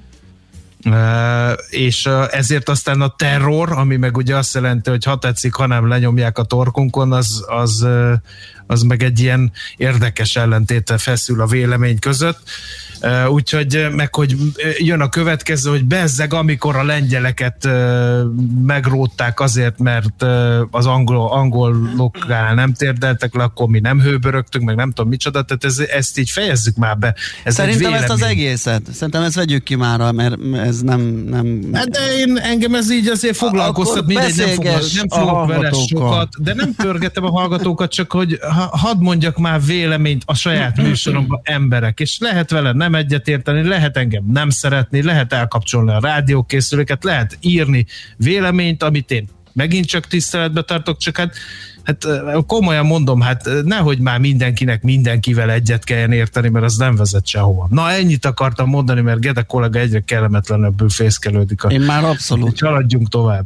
E, és ezért aztán a terror, ami meg ugye azt jelenti, hogy ha tetszik, ha nem lenyomják a torkunkon, az, az, az meg egy ilyen érdekes ellentéte feszül a vélemény között. Uh, úgyhogy meg, hogy jön a következő, hogy bezzeg, amikor a lengyeleket uh, megrótták azért, mert uh, az angol, angoloknál nem térdeltek le, akkor mi nem hőbörögtünk, meg nem tudom micsoda, tehát ez, ezt így fejezzük már be. Ez Szerintem ezt az egészet, szerintem ezt vegyük ki már, mert ez nem... nem... Hát de én, engem ez így azért foglalkoztat, mindegy, nem, foglal, nem fogok vele sokat, de nem pörgetem a hallgatókat, csak hogy ha, hadd mondjak már véleményt a saját műsoromban emberek, és lehet vele nem egyetérteni, lehet engem nem szeretni, lehet elkapcsolni a rádiókészüléket, lehet írni véleményt, amit én megint csak tiszteletbe tartok, csak hát, hát komolyan mondom, hát nehogy már mindenkinek mindenkivel egyet kelljen érteni, mert az nem vezet sehova. Na, ennyit akartam mondani, mert Gede kollega egyre kellemetlenebbül fészkelődik. Én már abszolút. Haladjunk tovább.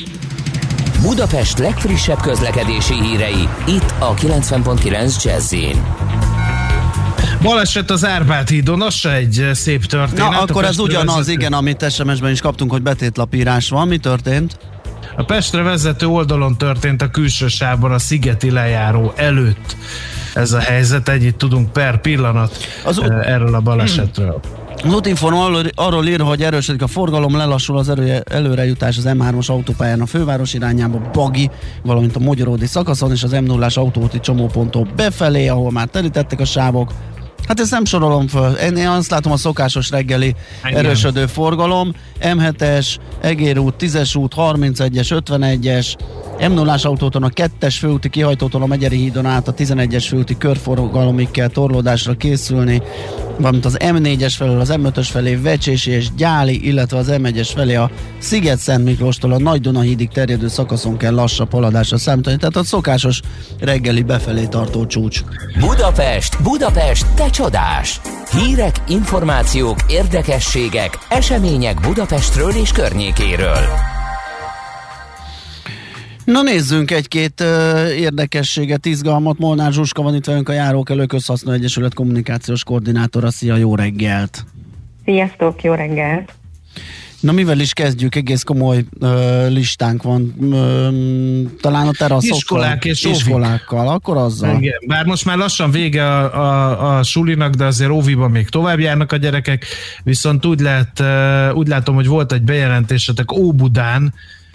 Budapest legfrissebb közlekedési hírei, itt a kilencven pont kilenc Jazz-in. Baleset az Árpád hídon, az se egy szép történet. Na, akkor ez ugyanaz, vezető... igen, amit es em es-ben is kaptunk, hogy betétlapírás van. Mi történt? A Pestre vezető oldalon történt, a külső sávban, a Szigeti lejáró előtt ez a helyzet. Ennyit tudunk per pillanat az ut- erről a balesetről. Az Útinform arról ír, hogy erősödik a forgalom, lelassul az erő, előrejutás az em hármas autópályán a főváros irányába, Bagi, valamint a Mogyoródi szakaszon, és az em nullás autóúti csomóponttól befelé, ahol már terítettek a sávok. Hát ezt nem sorolom föl. Én azt látom, a szokásos reggeli erősödő forgalom. em hetes, Egér út, tízes út, harmincegyes, ötvenegyes, em nullás autóton a kettes főúti kihajtótól a Megyeri hídon át a tizenegyes főúti körforgalomig kell torlódásra készülni, valamint az em négyes felől az em ötös felé Vecsési és Gyáli, illetve az em egyes felé a Sziget-Szent Miklóstól a Nagy-Duna hídig terjedő szakaszon kell lassabb haladásra számítani, tehát a szokásos reggeli befelé tartó csúcs. Budapest, Budapest, te csodás! Hírek, információk, érdekességek, események Budapestről és környékéről. Na nézzünk egy-két uh, érdekességet, izgalmat. Molnár Zsuska van itt velünk, a Járókelő Közhasznú Egyesület kommunikációs koordinátora. Szia, jó reggelt! Sziasztok, jó reggelt! Na mivel is kezdjük? Egész komoly uh, listánk van. Uh, talán a teraszokkal. Iskolák és iskolákkal, akkor azzal. Igen, bár most már lassan vége a, a, a sulinak, de azért óviban még tovább járnak a gyerekek, viszont úgy, lehet, uh, úgy látom, hogy volt egy bejelentésetek Óbudán,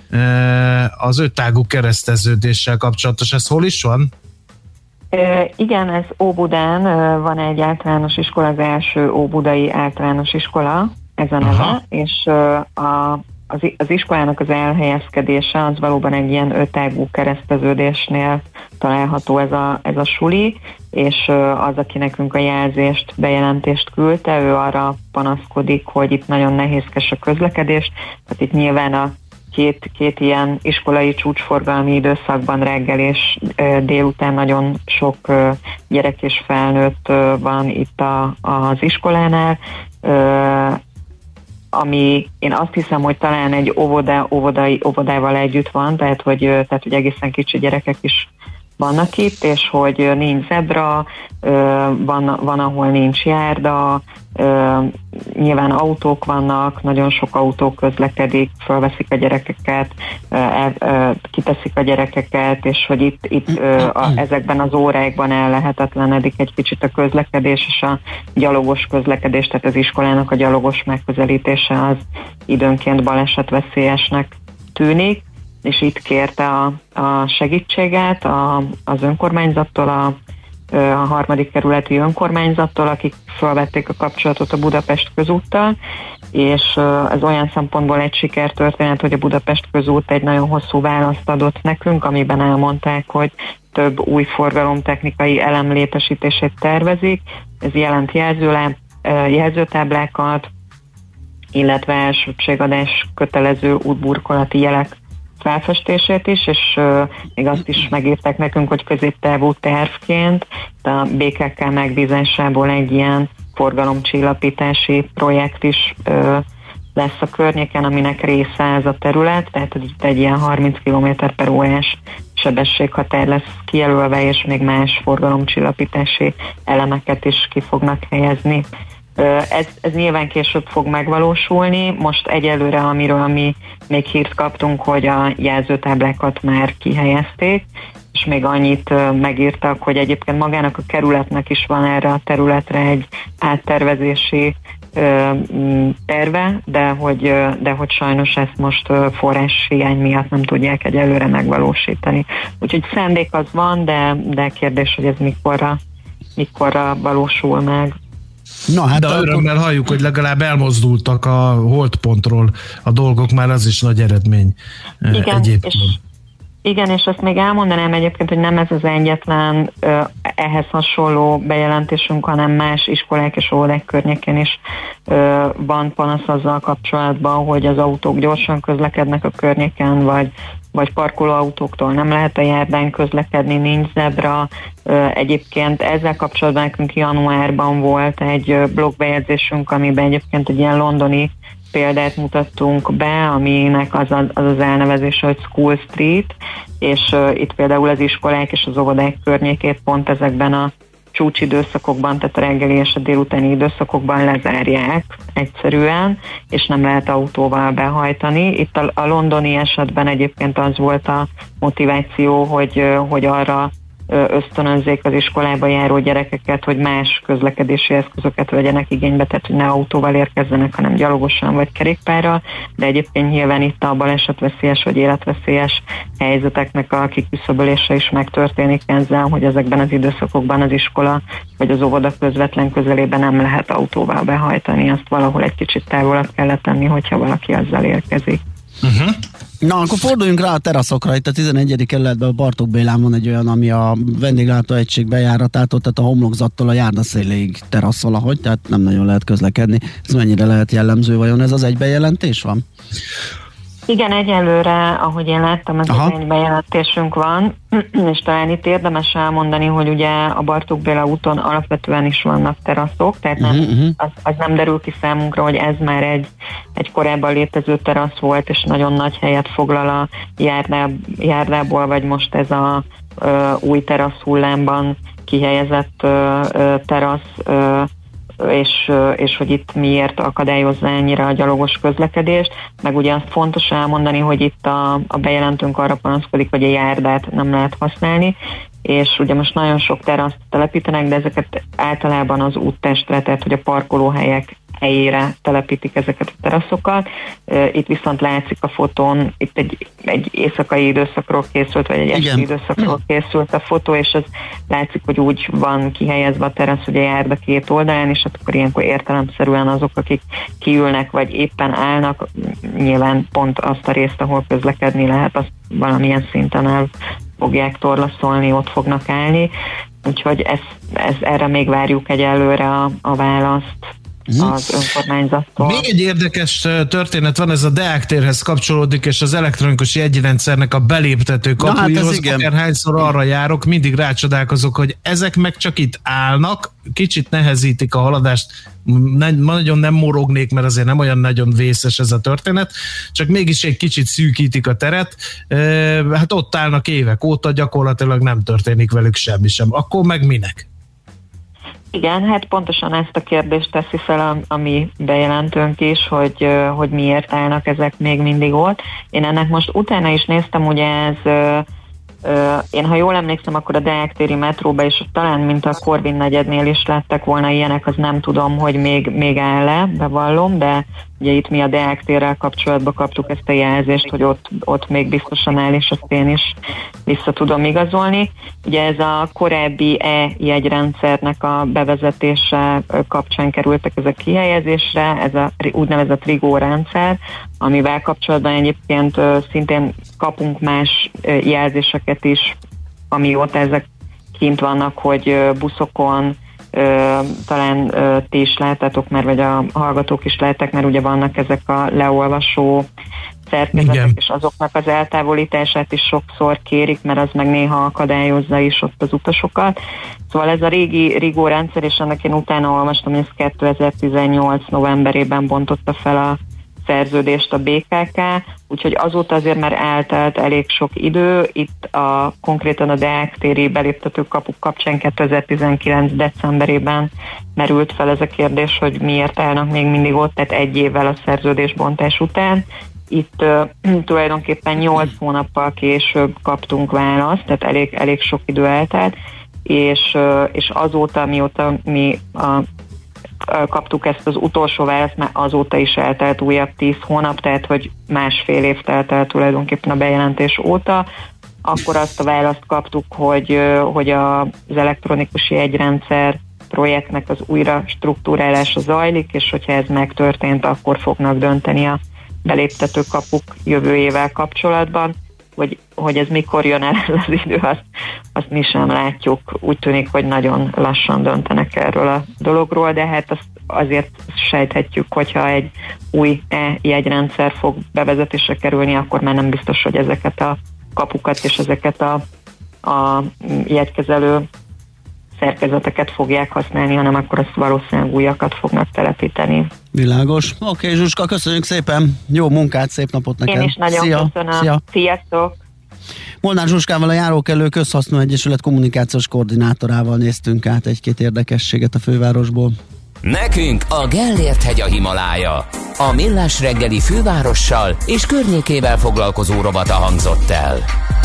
az ötágú kereszteződéssel kapcsolatos. Ez hol is van? E, igen, ez Óbudán van egy általános iskola, az első óbudai általános iskola, ez a neve, aha, és a, az, az iskolának az elhelyezkedése az valóban egy ilyen ötágú kereszteződésnél található ez a, ez a suli, és az, aki nekünk a jelzést, bejelentést küldte, ő arra panaszkodik, hogy itt nagyon nehézkes a közlekedés, tehát itt nyilván a Két, két ilyen iskolai csúcsforgalmi időszakban reggel és e, délután nagyon sok e, gyerek és felnőtt e, van itt a, az iskolánál, e, ami én azt hiszem, hogy talán egy óvoda, óvodai, óvodával együtt van, tehát hogy, tehát hogy egészen kicsi gyerekek is vannak itt, és hogy nincs zebra, van, van ahol nincs járda, nyilván autók vannak, nagyon sok autó közlekedik, felveszik a gyerekeket, kiteszik a gyerekeket, és hogy itt, itt a, ezekben az órákban ellehetetlenedik egy kicsit a közlekedés, és a gyalogos közlekedés, tehát az iskolának a gyalogos megközelítése az időnként balesetveszélyesnek tűnik, és itt kérte a, a segítséget a, az önkormányzattól, a, a harmadik kerületi önkormányzattól, akik felvették a kapcsolatot a Budapest közúttal, és ez olyan szempontból egy sikertörténet, hogy a Budapest közút egy nagyon hosszú választ adott nekünk, amiben elmondták, hogy több új forgalomtechnikai elem létesítését tervezik. Ez jelent jelzőláb, jelzőtáblákat, illetve elsőbségadás kötelező útburkolati jelek felfestését is, és uh, még azt is megírták nekünk, hogy középtávú tervként a bé ká ká megbízásából egy ilyen forgalomcsillapítási projekt is uh, lesz a környéken, aminek része ez a terület, tehát hogy itt egy ilyen harminc kilométer per órás sebességhatár lesz kijelölve, és még más forgalomcsillapítási elemeket is ki fognak helyezni. Ez, ez nyilván később fog megvalósulni, most egyelőre, amiről mi még hírt kaptunk, hogy a jelzőtáblákat már kihelyezték, és még annyit megírtak, hogy egyébként magának a kerületnek is van erre a területre egy áttervezési terve, de hogy, de hogy sajnos ezt most forráshiány miatt nem tudják egyelőre megvalósítani. Úgyhogy szándék az van, de, de kérdés, hogy ez mikorra, mikorra valósul meg. Na, hát de akkor... örömmel halljuk, hogy legalább elmozdultak a holdpontról a dolgok, már az is nagy eredmény. Igen, egyébként. És, igen, és azt még elmondanám egyébként, hogy nem ez az egyetlen ehhez hasonló bejelentésünk, hanem más iskolák és óvodák környékén is van panasz azzal kapcsolatban, hogy az autók gyorsan közlekednek a környéken, vagy vagy parkolóautóktól nem lehet a járdán közlekedni, nincs zebra. Egyébként ezzel kapcsolatban nekünk januárban volt egy blogbejegyzésünk, amiben egyébként egy ilyen londoni példát mutattunk be, aminek az az, az, az elnevezése, hogy School Street, és itt például az iskolák és az óvodák környékét pont ezekben a csúcsidőszakokban, tehát a reggeli és a délutáni időszakokban lezárják egyszerűen, és nem lehet autóval behajtani. Itt a, a londoni esetben egyébként az volt a motiváció, hogy, hogy arra ösztönözzék az iskolába járó gyerekeket, hogy más közlekedési eszközöket vegyenek igénybe, tehát hogy ne autóval érkezzenek, hanem gyalogosan vagy kerékpárral, de egyébként nyilván itt a balesetveszélyes vagy életveszélyes helyzeteknek a kiküszöbölése is megtörténik ezzel, hogy ezekben az időszakokban az iskola vagy az óvoda közvetlen közelében nem lehet autóval behajtani, azt valahol egy kicsit távolabb kellett tenni, hogyha valaki azzal érkezik. Uh-huh. Na, akkor forduljunk rá a teraszokra. Itt a tizenegyedik kerületben a Bartók Bélán van egy olyan, ami a vendéglátóegység bejáratától, tehát a homlokzattól a járdaszéléig terasz valahogy, tehát nem nagyon lehet közlekedni. Ez mennyire lehet jellemző, vajon ez az egy bejelentés van? Igen, egyelőre, ahogy én láttam, ez Aha. egy bejelentésünk van, és talán itt érdemes elmondani, hogy ugye a Bartók Béla úton alapvetően is vannak teraszok, tehát nem, uh-huh. az, az nem derül ki számunkra, hogy ez már egy, egy korábban létező terasz volt, és nagyon nagy helyet foglal a járdá, járdából, vagy most ez a ö, új terasz hullámban kihelyezett ö, ö, terasz, ö, És, és hogy itt miért akadályozza ennyire a gyalogos közlekedést, meg ugye azt fontos elmondani, hogy itt a, a bejelentőnk arra panaszkodik, hogy a járdát nem lehet használni, és ugye most nagyon sok teraszt telepítenek, de ezeket általában az úttestre, tehát hogy a parkolóhelyek helyére telepítik ezeket a teraszokat. Itt viszont látszik a fotón, itt egy, egy éjszakai időszakról készült, vagy egy esti időszakról készült a fotó, és ez látszik, hogy úgy van kihelyezve a terasz, hogy a járda két oldalán, és hát akkor ilyenkor értelemszerűen azok, akik kiülnek, vagy éppen állnak, nyilván pont azt a részt, ahol közlekedni lehet, azt valamilyen szinten el fogják torlaszolni, ott fognak állni. Úgyhogy ez, ez, erre még várjuk egyelőre a, a választ az önkormányzattól. Még egy érdekes történet van, ez a Deák térhez kapcsolódik, és az elektronikus jegyrendszernek a beléptető kapuihoz. Hát akárhányszor arra járok, mindig rácsodálkozok, hogy ezek meg csak itt állnak, kicsit nehezítik a haladást, nagyon nem morognék, mert azért nem olyan nagyon vészes ez a történet, csak mégis egy kicsit szűkítik a teret, hát ott állnak évek óta, gyakorlatilag nem történik velük semmi sem. Akkor meg minek? Igen, hát pontosan ezt a kérdést teszi fel a, a mi bejelentőnk is, hogy, hogy miért állnak ezek még mindig ott. Én ennek most utána is néztem, ugye ez, én ha jól emlékszem, akkor a Deák téri metróba, és talán mint a Korvin negyednél is lettek volna ilyenek, az nem tudom, hogy még, még áll-e, bevallom, de ugye itt mi a Deák térrel kapcsolatban kaptuk ezt a jelzést, hogy ott, ott még biztosan áll, és azt én is vissza tudom igazolni. Ugye ez a korábbi e-jegyrendszernek a bevezetése kapcsán kerültek ezek kihelyezésre, ez a úgynevezett Rigó rendszer, amivel kapcsolatban egyébként szintén kapunk más jelzéseket is, amióta ezek kint vannak, hogy buszokon Ö, talán ö, ti is láttátok már, vagy a hallgatók is látták, mert ugye vannak ezek a leolvasó szerkezetek, igen. És azoknak az eltávolítását is sokszor kérik, mert az meg néha akadályozza is ott az utasokat. Szóval ez a régi Rigó rendszer, és ennek én utána olvastam, hogy ez kétezer-tizennyolc novemberében bontotta fel a szerződést a bé ká ká, úgyhogy azóta azért már eltelt elég sok idő. Itt a, konkrétan a Deák téri beléptető kapuk kapcsán kétezer-tizenkilenc decemberében merült fel ez a kérdés, hogy miért állnak még mindig ott, tehát egy évvel a szerződésbontás után. Itt uh, tulajdonképpen nyolc hónappal később kaptunk választ, tehát elég, elég sok idő eltelt, és, uh, és azóta, mióta mi a kaptuk ezt az utolsó választ, mert azóta is eltelt újabb tíz hónap, tehát hogy másfél év telt el tulajdonképpen a bejelentés óta. Akkor azt a választ kaptuk, hogy, hogy az elektronikus jegyrendszer projektnek az újra struktúrálása zajlik, és hogyha ez megtörtént, akkor fognak dönteni a beléptető kapuk jövőjével kapcsolatban. Hogy, hogy ez mikor jön el az idő, azt, azt mi sem látjuk. Úgy tűnik, hogy nagyon lassan döntenek erről a dologról, de hát azt azért sejthetjük, hogyha egy új e-jegyrendszer fog bevezetésre kerülni, akkor már nem biztos, hogy ezeket a kapukat és ezeket a, a jegykezelő szerkezeteket fogják használni, hanem akkor azt valószínűleg újakat fognak telepíteni. Világos. Oké, okay, Zsuska, köszönjük szépen. Jó munkát, szép napot neked. Én is nagyon Szia. köszönöm. Szia. Sziasztok! Molnár Zsuskával, a Járókelő Közhasznú Egyesület kommunikációs koordinátorával néztünk át egy-két érdekességet a fővárosból. Nekünk a Gellért hegy a Himalája. A Millás reggeli fővárossal és környékével foglalkozó rovata hangzott el.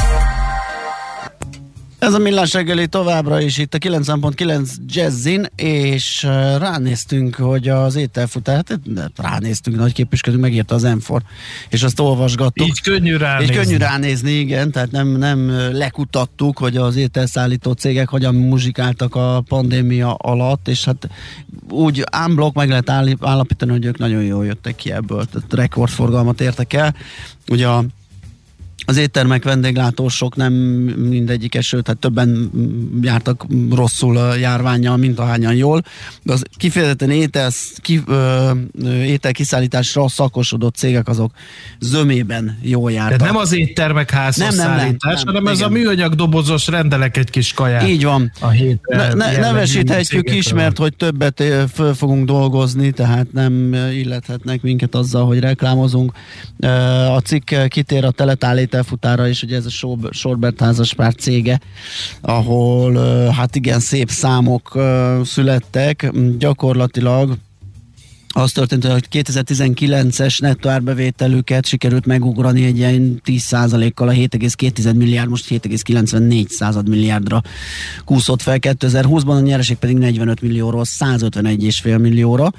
Ez a Millás reggeli továbbra is itt a kilencven pont kilenc Jazzin, és ránéztünk, hogy az ételfutár, hát ránéztünk, nagy képüsködünk, megírta az em négy, és azt olvasgattuk. Így könnyű ránézni. És könnyű ránézni, igen, tehát nem, nem lekutattuk, hogy az ételszállító cégek hogyan muzsikáltak a pandémia alatt, és hát úgy unblock meg lehet állapítani, hogy ők nagyon jól jöttek ki ebből, tehát rekordforgalmat értek el. Ugye a Az éttermek, vendéglátósok nem mindegyik eső, tehát többen jártak rosszul a járvánnyal, mint ahányan jól. De az kifejezetten étel, ki, ö, ételkiszállításra szakosodott cégek azok zömében jól jártak. De nem az éttermek házhoz nem, nem, szállítás, nem, hanem nem, ez igen. a műanyag dobozos rendelek egy kis kaját. Így van. A hét, ne, ne, nevesíthetjük is, mert hogy többet föl fogunk dolgozni, tehát nem illethetnek minket azzal, hogy reklámozunk. A cikk kitér a Teletál ételfutára is, ugye ez a Sorbert házaspár cége, ahol hát igen szép számok születtek. Gyakorlatilag az történt, hogy kétezer-tizenkilences nettó árbevételüket sikerült megugrani egy ilyen tíz százalékkal, a hét egész két milliárd, most hét egész kilencvennégy milliárdra kúszott fel kétezer-húszban, a nyereség pedig negyvenöt millióról százötvenegy egész öt millióra.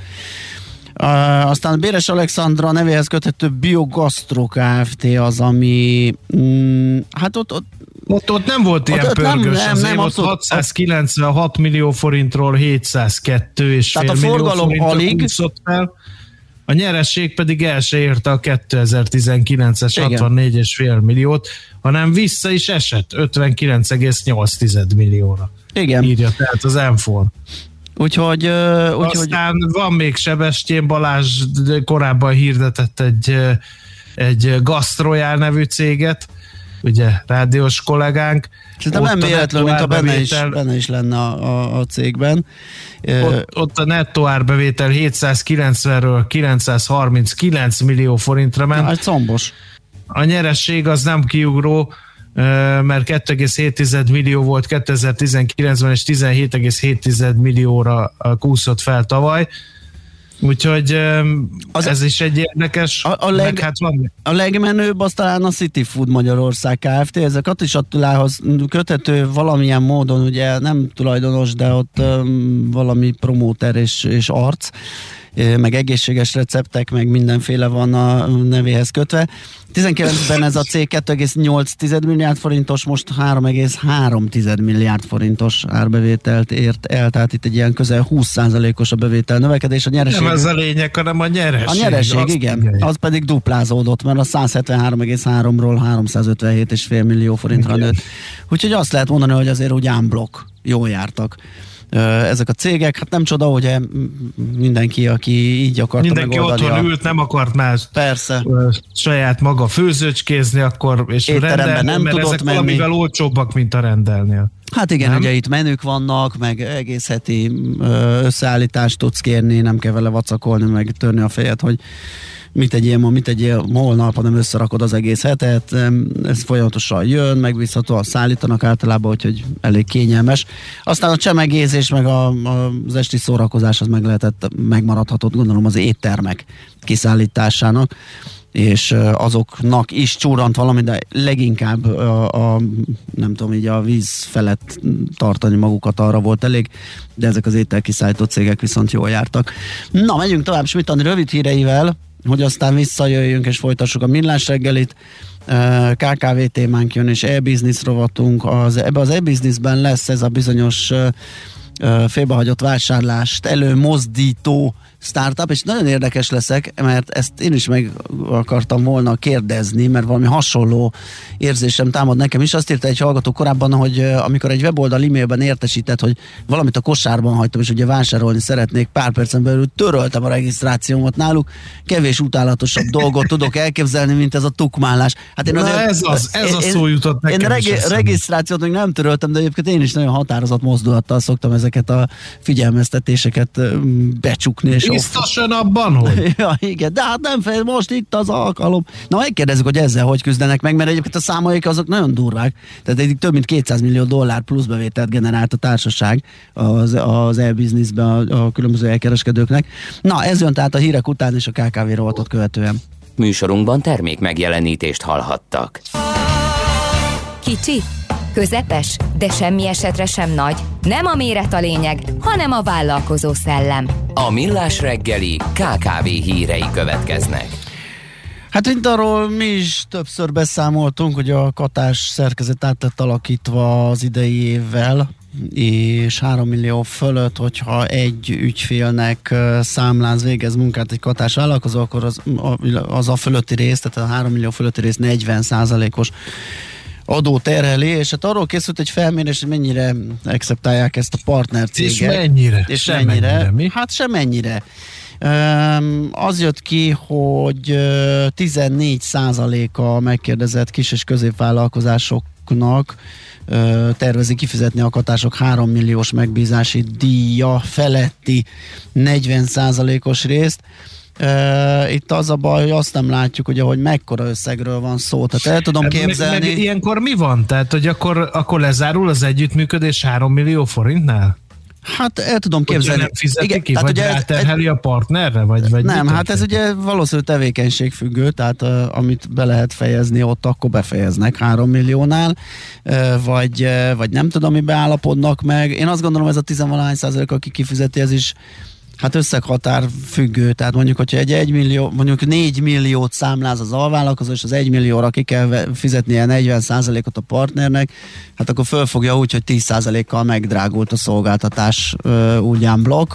Uh, aztán Béres Alexandra nevéhez köthető Biogastro Kft. Az, ami mm, hát ott, ott Ott, ott nem volt ilyen ott, pörgős, nem, nem, azért nem, ott abszolút, hatszázkilencvenhat millió forintról hétszázkettő és fél millió forintra úszott fel. A nyeresség pedig el se érte a kétezer-tizenkilences hatvannégy és fél milliót, hanem vissza is esett ötvenkilenc egész nyolc millióra. Igen. Írja tehát az em négy. Úgyhogy, uh, úgy, aztán hogy... van még Sebestyén Balázs, korábban hirdetett egy, egy Gastrojál nevű céget, ugye rádiós kollégánk. Szerintem nem véletlen, mint a benne is, benne is lenne a, a, a cégben. Ott, ott a nettó árbevétel hétszázkilencvenről kilencszázharminckilenc millió forintra ment. Na, egy combos. A nyeresség az nem kiugró, mert két egész hét millió volt kétezer-tizenkilencben, és tizenhét egész hét millióra kúszott fel tavaly. Úgyhogy az ez is egy érdekes, a, a, leg, hát van. a legmenőbb az talán a City Food Magyarország Kft. Ezek Katis Attilához köthető valamilyen módon, ugye nem tulajdonos, de ott um, valami promóter és, és arc, meg egészséges receptek, meg mindenféle van a nevéhez kötve. tizenkilencben ez a cég két egész nyolc milliárd forintos, most három egész három milliárd forintos árbevételt ért el, tehát itt egy ilyen közel húsz százalékos a bevétel növekedés. A nyereség, nem ez a lényeg, hanem a nyereség. A nyereség, igen. igen. Az pedig duplázódott, mert a százhetvenhárom egész háromról háromszázötvenhét egész öt millió forintra nőtt. Úgyhogy azt lehet mondani, hogy azért úgy unblock jól jártak ezek a cégek. Hát nem csoda, hogy mindenki, aki így akarta mindenki megoldani. Mindenki otthon ült, nem akart már persze. saját maga főzőcskézni, akkor és rendelni, nem mert tudott ezek menni. valamivel olcsóbbak, mint a rendelnél. Hát igen, nem? Ugye itt menük vannak, meg egész heti összeállítást tudsz kérni, nem kell vele vacakolni, meg törni a fejet, hogy mit tegyél ma, mit tegyél holnap, hanem összerakod az egész hetet, ez folyamatosan jön, megbízhatóan szállítanak általában, úgyhogy elég kényelmes. Aztán a csemegézés, meg a, a, az esti szórakozás az meg lehetett, megmaradhatott, gondolom az éttermek kiszállításának, és azoknak is csúrant valami, de leginkább a, a, nem tudom, így a víz felett tartani magukat arra volt elég, de ezek az ételkiszállító cégek viszont jól jártak. Na, megyünk tovább Schmidt-Andi rövid híreivel, hogy aztán visszajöjjünk és folytassuk a millás reggelit. ká ká vé témánk jön, és e-business rovatunk. Az, ebbe az e-businessben lesz ez a bizonyos félbehagyott vásárlást előmozdító startup, és nagyon érdekes leszek, mert ezt én is meg akartam volna kérdezni, mert valami hasonló érzésem támad nekem is. Azt írta egy hallgató korábban, hogy amikor egy weboldal e-mailben értesített, hogy valamit a kosárban hagytam, és ugye vásárolni szeretnék, pár percen belül töröltem a regisztrációmat náluk, kevés utálatosabb dolgot tudok elképzelni, mint ez a tukmálás. Hát én azért, ez az, ez én, a szó jutott nekem. Én regi- regisztrációt még nem töröltem, de egyébként én is nagyon határozott mozdulattal szoktam ezeket a figyelmeztetéseket becsukni, és biztosan abban, hogy? Ja, igen, de hát nem fél, most itt az alkalom. Na, megkérdezzük, hogy ezzel hogy küzdenek meg, mert egyébként a számaik azok nagyon durvák. Tehát eddig több mint kétszáz millió dollár plusz bevételt generált a társaság az, az e-businessben a, a különböző elkereskedőknek. Na, ez jön tehát a hírek után és a ká ká vé rovatot követően. Műsorunkban termék megjelenítést hallhattak. Kicsi, közepes, de semmi esetre sem nagy. Nem a méret a lényeg, hanem a vállalkozó szellem. A Millás reggeli ká ká vé hírei következnek. Hát mint arról mi is többször beszámoltunk, hogy a Katás szerkezet át lett alakítva az idei évvel, és három millió fölött, hogyha egy ügyfélnek számláz, végez munkát egy Katás vállalkozó, akkor az az a fölötti rész, tehát a három millió fölötti rész negyven százalékos adó terheli, és hát arról készült egy felmérés, hogy mennyire akceptálják ezt a partnercégek. És mennyire? És sem mennyire? mennyire mi? Hát sem mennyire. Um, az jött ki, hogy tizennégy százaléka megkérdezett kis- és középvállalkozásoknak uh, tervezi kifizetni a Katások három milliós megbízási díja feletti negyven százalékos részt. Uh, itt az a baj, hogy azt nem látjuk, hogy ahogy mekkora összegről van szó. Tehát el tudom képzelni. Meg, meg ilyenkor mi van? Tehát, hogy akkor, akkor lezárul az együttműködés három millió forintnál? Hát el tudom képzelni. Nem fizeti igen, ki, vagy ráterheli a partnerre? Vagy, vagy nem, hát ez ugye valószínűleg tevékenységfüggő, tehát uh, amit be lehet fejezni ott, akkor befejeznek három milliónál, uh, vagy, uh, vagy nem tudom, mi beállapodnak meg. Én azt gondolom, ez a tizenvalahány százalék, aki kifizeti, ez is hát összeghatár függő, tehát mondjuk, hogyha egy egy millió, mondjuk négy milliót számláz az alvállalkozó, és az egy millióra ki kell fizetnie negyven százalékot a partnernek, hát akkor fölfogja úgy, hogy tíz százalékkal megdrágult a szolgáltatás úgyán blokk,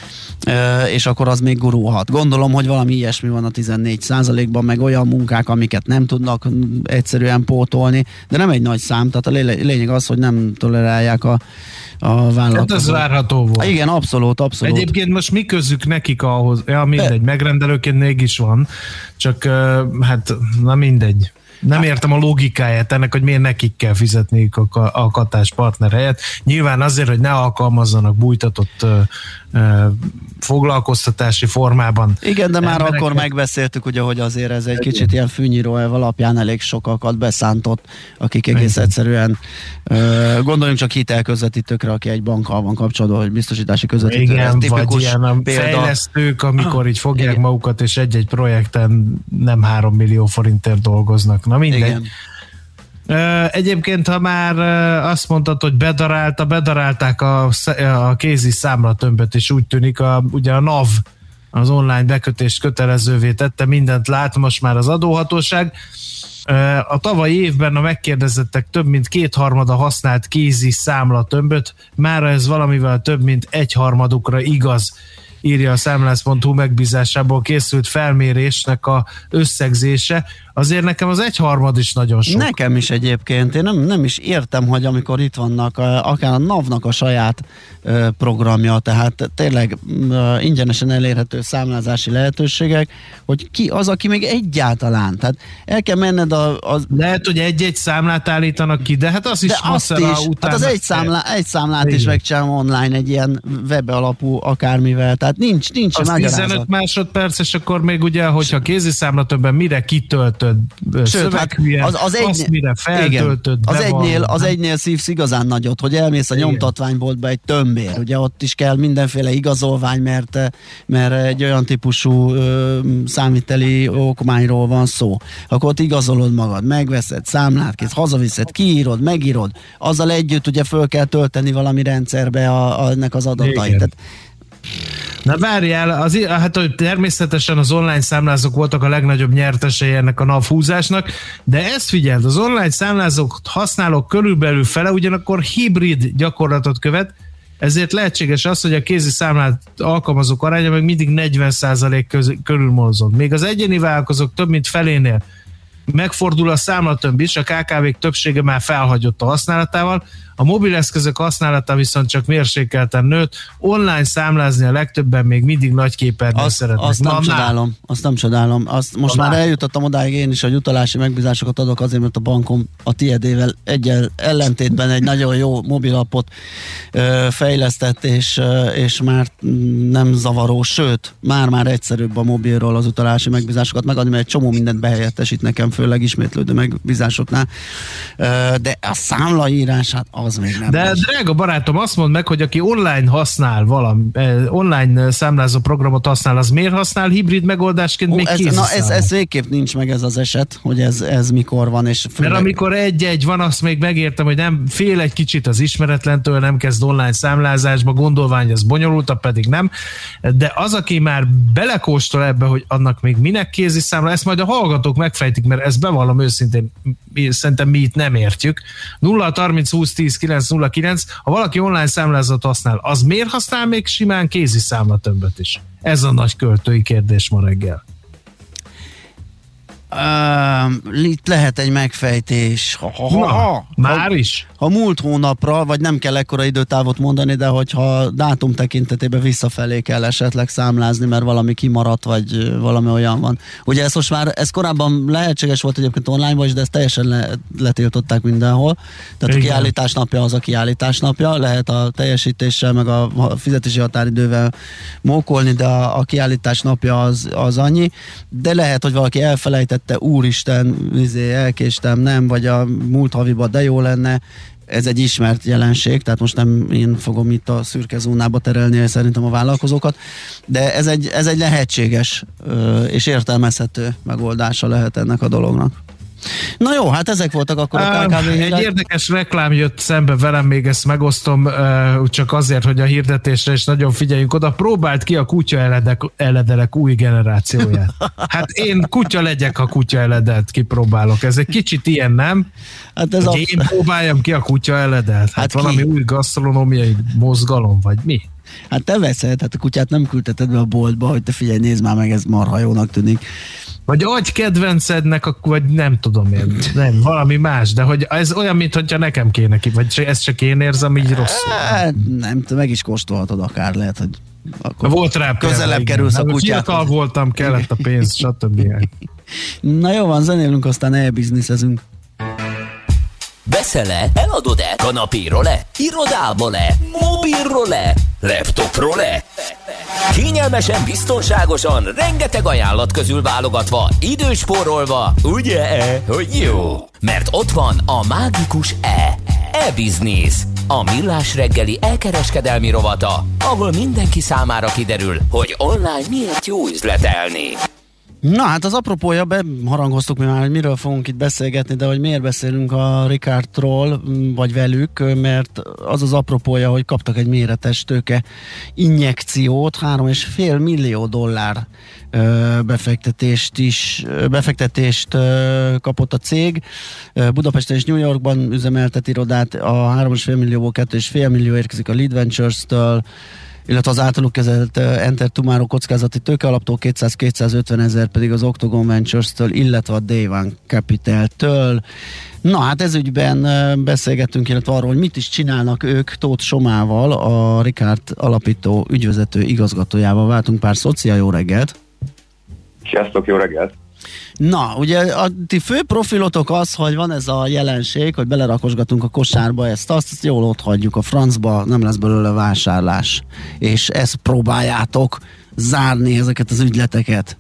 és akkor az még gurulhat. Gondolom, hogy valami ilyesmi van a tizennégy százalékban, meg olyan munkák, amiket nem tudnak egyszerűen pótolni, de nem egy nagy szám, tehát a lényeg az, hogy nem tolerálják a a vállalkozók. Hát ez várható volt. Igen, abszolút, abszolút. Egyébként most mi közük nekik ahhoz? Ja, mindegy, megrendelőként mégis van, csak hát na mindegy. Nem értem a logikáját ennek, hogy miért nekik kell fizetniük a, a Katás partner helyett. Nyilván azért, hogy ne alkalmazzanak bújtatott ö, ö, foglalkoztatási formában. Igen, de már embereket. Akkor megbeszéltük, ugye, hogy azért ez egy kicsit ilyen fűnyíró elv alapján elég sokakat beszántott, akik egész Igen. egyszerűen ö, gondoljunk csak hitelközvetítőkre, aki egy bankkal van kapcsolatban, hogy biztosítási közvetítő. Igen, vagy ilyen a fejlesztők, amikor így fogják Igen. magukat, és egy-egy projekten nem három millió forintért dolgoznak. Na mindegy. Igen. Egyébként, ha már azt mondtad, hogy bedarálta, bedarálták a, a kézi számlatömböt, és úgy tűnik, a, ugye a NAV az online bekötést kötelezővé tette, mindent lát most már az adóhatóság. A tavalyi évben a megkérdezettek több mint kétharmada használt kézi számlatömböt, mára ez valamivel több mint egyharmadukra igaz, írja a számlász pont hu megbízásából készült felmérésnek a összegzése. azért nekem az egyharmad is nagyon sok. Nekem is egyébként. Én nem, nem is értem, hogy amikor itt vannak akár a NAV-nak a saját ö, programja, tehát tényleg ö, ingyenesen elérhető számlázási lehetőségek, hogy ki az, aki még egyáltalán. Tehát el kell menned a... a Lehet, hogy egy-egy számlát állítanak ki, de hát az is masszera után. Hát az egy, számlá, egy számlát is megcsinálom online egy ilyen web alapú akármivel, tehát nincs, nincs az magyarázat. tizenöt másodperc, és akkor még ugye, hogyha kéziszámlatöbben mire kitöltöd szöveghülyen, hát az, az egy, azt mire feltöltöd. Igen, az, egynél, az egynél szívsz igazán nagyot, hogy elmész a nyomtatványboltba egy tömbér, ugye ott is kell mindenféle igazolvány, mert, mert egy olyan típusú ö, számviteli okmányról van szó. Akkor ott igazolod magad, megveszed, számlát kész, hazaviszed, kiírod, megírod, azzal együtt ugye föl kell tölteni valami rendszerbe a, a, ennek az adatait. Tehát, na várjál, az, hát hogy természetesen az online számlázók voltak a legnagyobb nyertesei ennek a NAV húzásnak, de ezt figyeld, az online számlázók használók körülbelül fele ugyanakkor hibrid gyakorlatot követ, ezért lehetséges az, hogy a kézi számlát alkalmazók aránya meg mindig negyven százalék köz, körül mozog. Még az egyéni vállalkozók több mint felénél megfordul a számlatömb is, a ká ká vék többsége már felhagyott a használatával, a mobileszközök használata viszont csak mérsékelten nőtt, online számlázni a legtöbben még mindig nagy képernyőn szeretnek. Azt nem csodálom, azt nem csodálom. Azt most már eljutottam odáig én is, hogy utalási megbízásokat adok azért, mert a bankom a tiédével egyel ellentétben egy nagyon jó mobilapot ö, fejlesztett, és, ö, és már nem zavaró, sőt, már-már egyszerűbb a mobilról az utalási megbízásokat megadni, mert egy csomó mindent behelyettesít nekem, főleg ismétlődő megbízásoknál. Ö, de a számlaírás, hát az még nem. De más. Drága barátom, azt mondd meg, hogy aki online használ valami, eh, online számlázó programot használ, az miért használ hibrid megoldásként Ó, még ez, na ez, ez végképp nincs meg ez az eset, hogy ez, ez mikor van. És főleg... Mert amikor egy-egy van, azt még megértem, hogy nem fél egy kicsit az ismeretlentől, nem kezd online számlázásba, gondolvány, ez bonyolultabb, pedig nem. De az, aki már belekóstol ebbe, hogy annak még minek kézi számla, ezt majd a hallgatók megfejtik, mert ezt bevallom őszintén, szerintem mi itt nem értjük. nulla harminc húsz tíz kilenc nulla kilenc, ha valaki online számlázat használ, az miért használ még simán kézi számlatömböt is? Ez a nagy költői kérdés ma reggel. Uh, itt lehet egy megfejtés. Ha, ha, Na, ha, már ha, is? Ha múlt hónapra, vagy nem kell ekkora időtávot mondani, de hogyha dátum tekintetében visszafelé kell esetleg számlázni, mert valami kimaradt, vagy valami olyan van. Ugye ez most már, ez korábban lehetséges volt egyébként online-ban is, de ezt teljesen le, letiltották mindenhol. Tehát igen. A kiállítás napja az a kiállítás napja, lehet a teljesítéssel, meg a fizetési határidővel mókolni, de a, a kiállítás napja az, az annyi. De lehet, hogy valaki elfelejtett, te úristen, izé, elkéstem, nem, vagy a múlt haviba, de jó lenne. Ez egy ismert jelenség, tehát most nem én fogom itt a szürke zónába terelni szerintem a vállalkozókat, de ez egy, ez egy lehetséges és értelmezhető megoldása lehet ennek a dolognak. Na jó, hát ezek voltak akkor a ká ká vé hírek. Egy érdekes reklám jött szembe velem, még ezt megosztom, csak azért, hogy a hirdetésre is nagyon figyeljünk oda. Próbált ki a kutya eledek, eledelek új generációját. Hát én kutya legyek, ha kutya eledelt kipróbálok. Ez egy kicsit ilyen, nem? Hát ez hogy a... én próbáljam ki a kutya eledelt. Hát, hát valami új gasztronómiai mozgalom, vagy mi? Hát te veszed, hát a kutyát nem küldteted be a boltba, hogy te figyelj, nézd már meg, ez marha jónak tűnik. Vagy agy kedvencednek, vagy nem tudom én, nem, valami más, de hogy ez olyan, mintha nekem kéne ki, vagy ezt csak én érzem így rosszul. Hát, nem, te meg is kóstolhatod akár, lehet, hogy akkor volt rá közelebb kerülsz a kutyát. Fiatal voltam, kellett a pénz, stb. Na jó van, zenélünk, aztán elbizniszezünk. Veszel-e? Eladod-e? Kanapéról-e? Irodából-e? Mobilról-e? Laptopról-e? Kényelmesen, biztonságosan, rengeteg ajánlat közül válogatva, időspórolva, ugye-e, hogy jó? Mert ott van a mágikus E. E-Business. A millás reggeli elkereskedelmi rovata, ahol mindenki számára kiderül, hogy online miért jó üzletelni. Na hát az apropója, beharangoztuk mi már, hogy miről fogunk itt beszélgetni, de hogy miért beszélünk a Ricardról, vagy velük, mert az az apropója, hogy kaptak egy méretes tőke injekciót, három és fél millió dollár befektetést is, befektetést kapott a cég. Budapesten és New Yorkban üzemeltet irodát, a három és fél millióból kettő és fél millió érkezik a Lead Ventures-től, illetve az általuk kezelt Enter Tomorrow kockázati tőkealaptól kétszáz-kétszázötven ezer pedig az Octagon Ventures-től, illetve a Day One Capital-től. Na hát ez ügyben beszélgettünk, illetve arról, hogy mit is csinálnak ők Tóth Somával, a Ricard alapító ügyvezető igazgatójával váltunk pár szociál. Jó reggelt! Sziasztok, jó reggelt! Na, ugye a ti fő profilotok az, hogy van ez a jelenség, hogy belerakosgatunk a kosárba ezt, azt, azt jól ott hagyjuk a francba, nem lesz belőle vásárlás. És ezt próbáljátok zárni, ezeket az ügyleteket.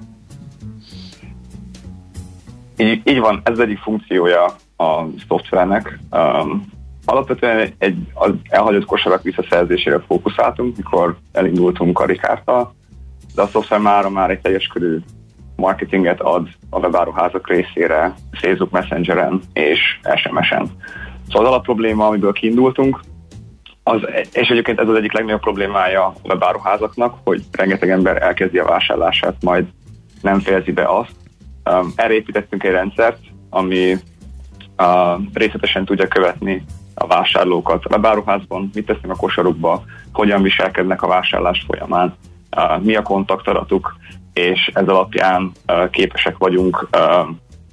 Így, így van, ez egyik funkciója a szoftvernek. Um, alapvetően egy az elhagyott kosarak visszaszerzésére fókuszáltunk, mikor elindultunk a Ricardtal, de a szoftver mára már egy teljes körű marketinget ad a webáruházak részére, Facebook Messengeren és es em es-en. Szóval az alapprobléma, amiből kiindultunk, az, és egyébként ez az egyik legnagyobb problémája a webáruházaknak, hogy rengeteg ember elkezdi a vásárlását, majd nem fejezi be azt. Um, erre építettünk egy rendszert, ami uh, részletesen tudja követni a vásárlókat a webáruházban, mit tesznek a kosarukba, hogyan viselkednek a vásárlás folyamán, uh, mi a kontaktadatuk, és ez alapján uh, képesek vagyunk uh,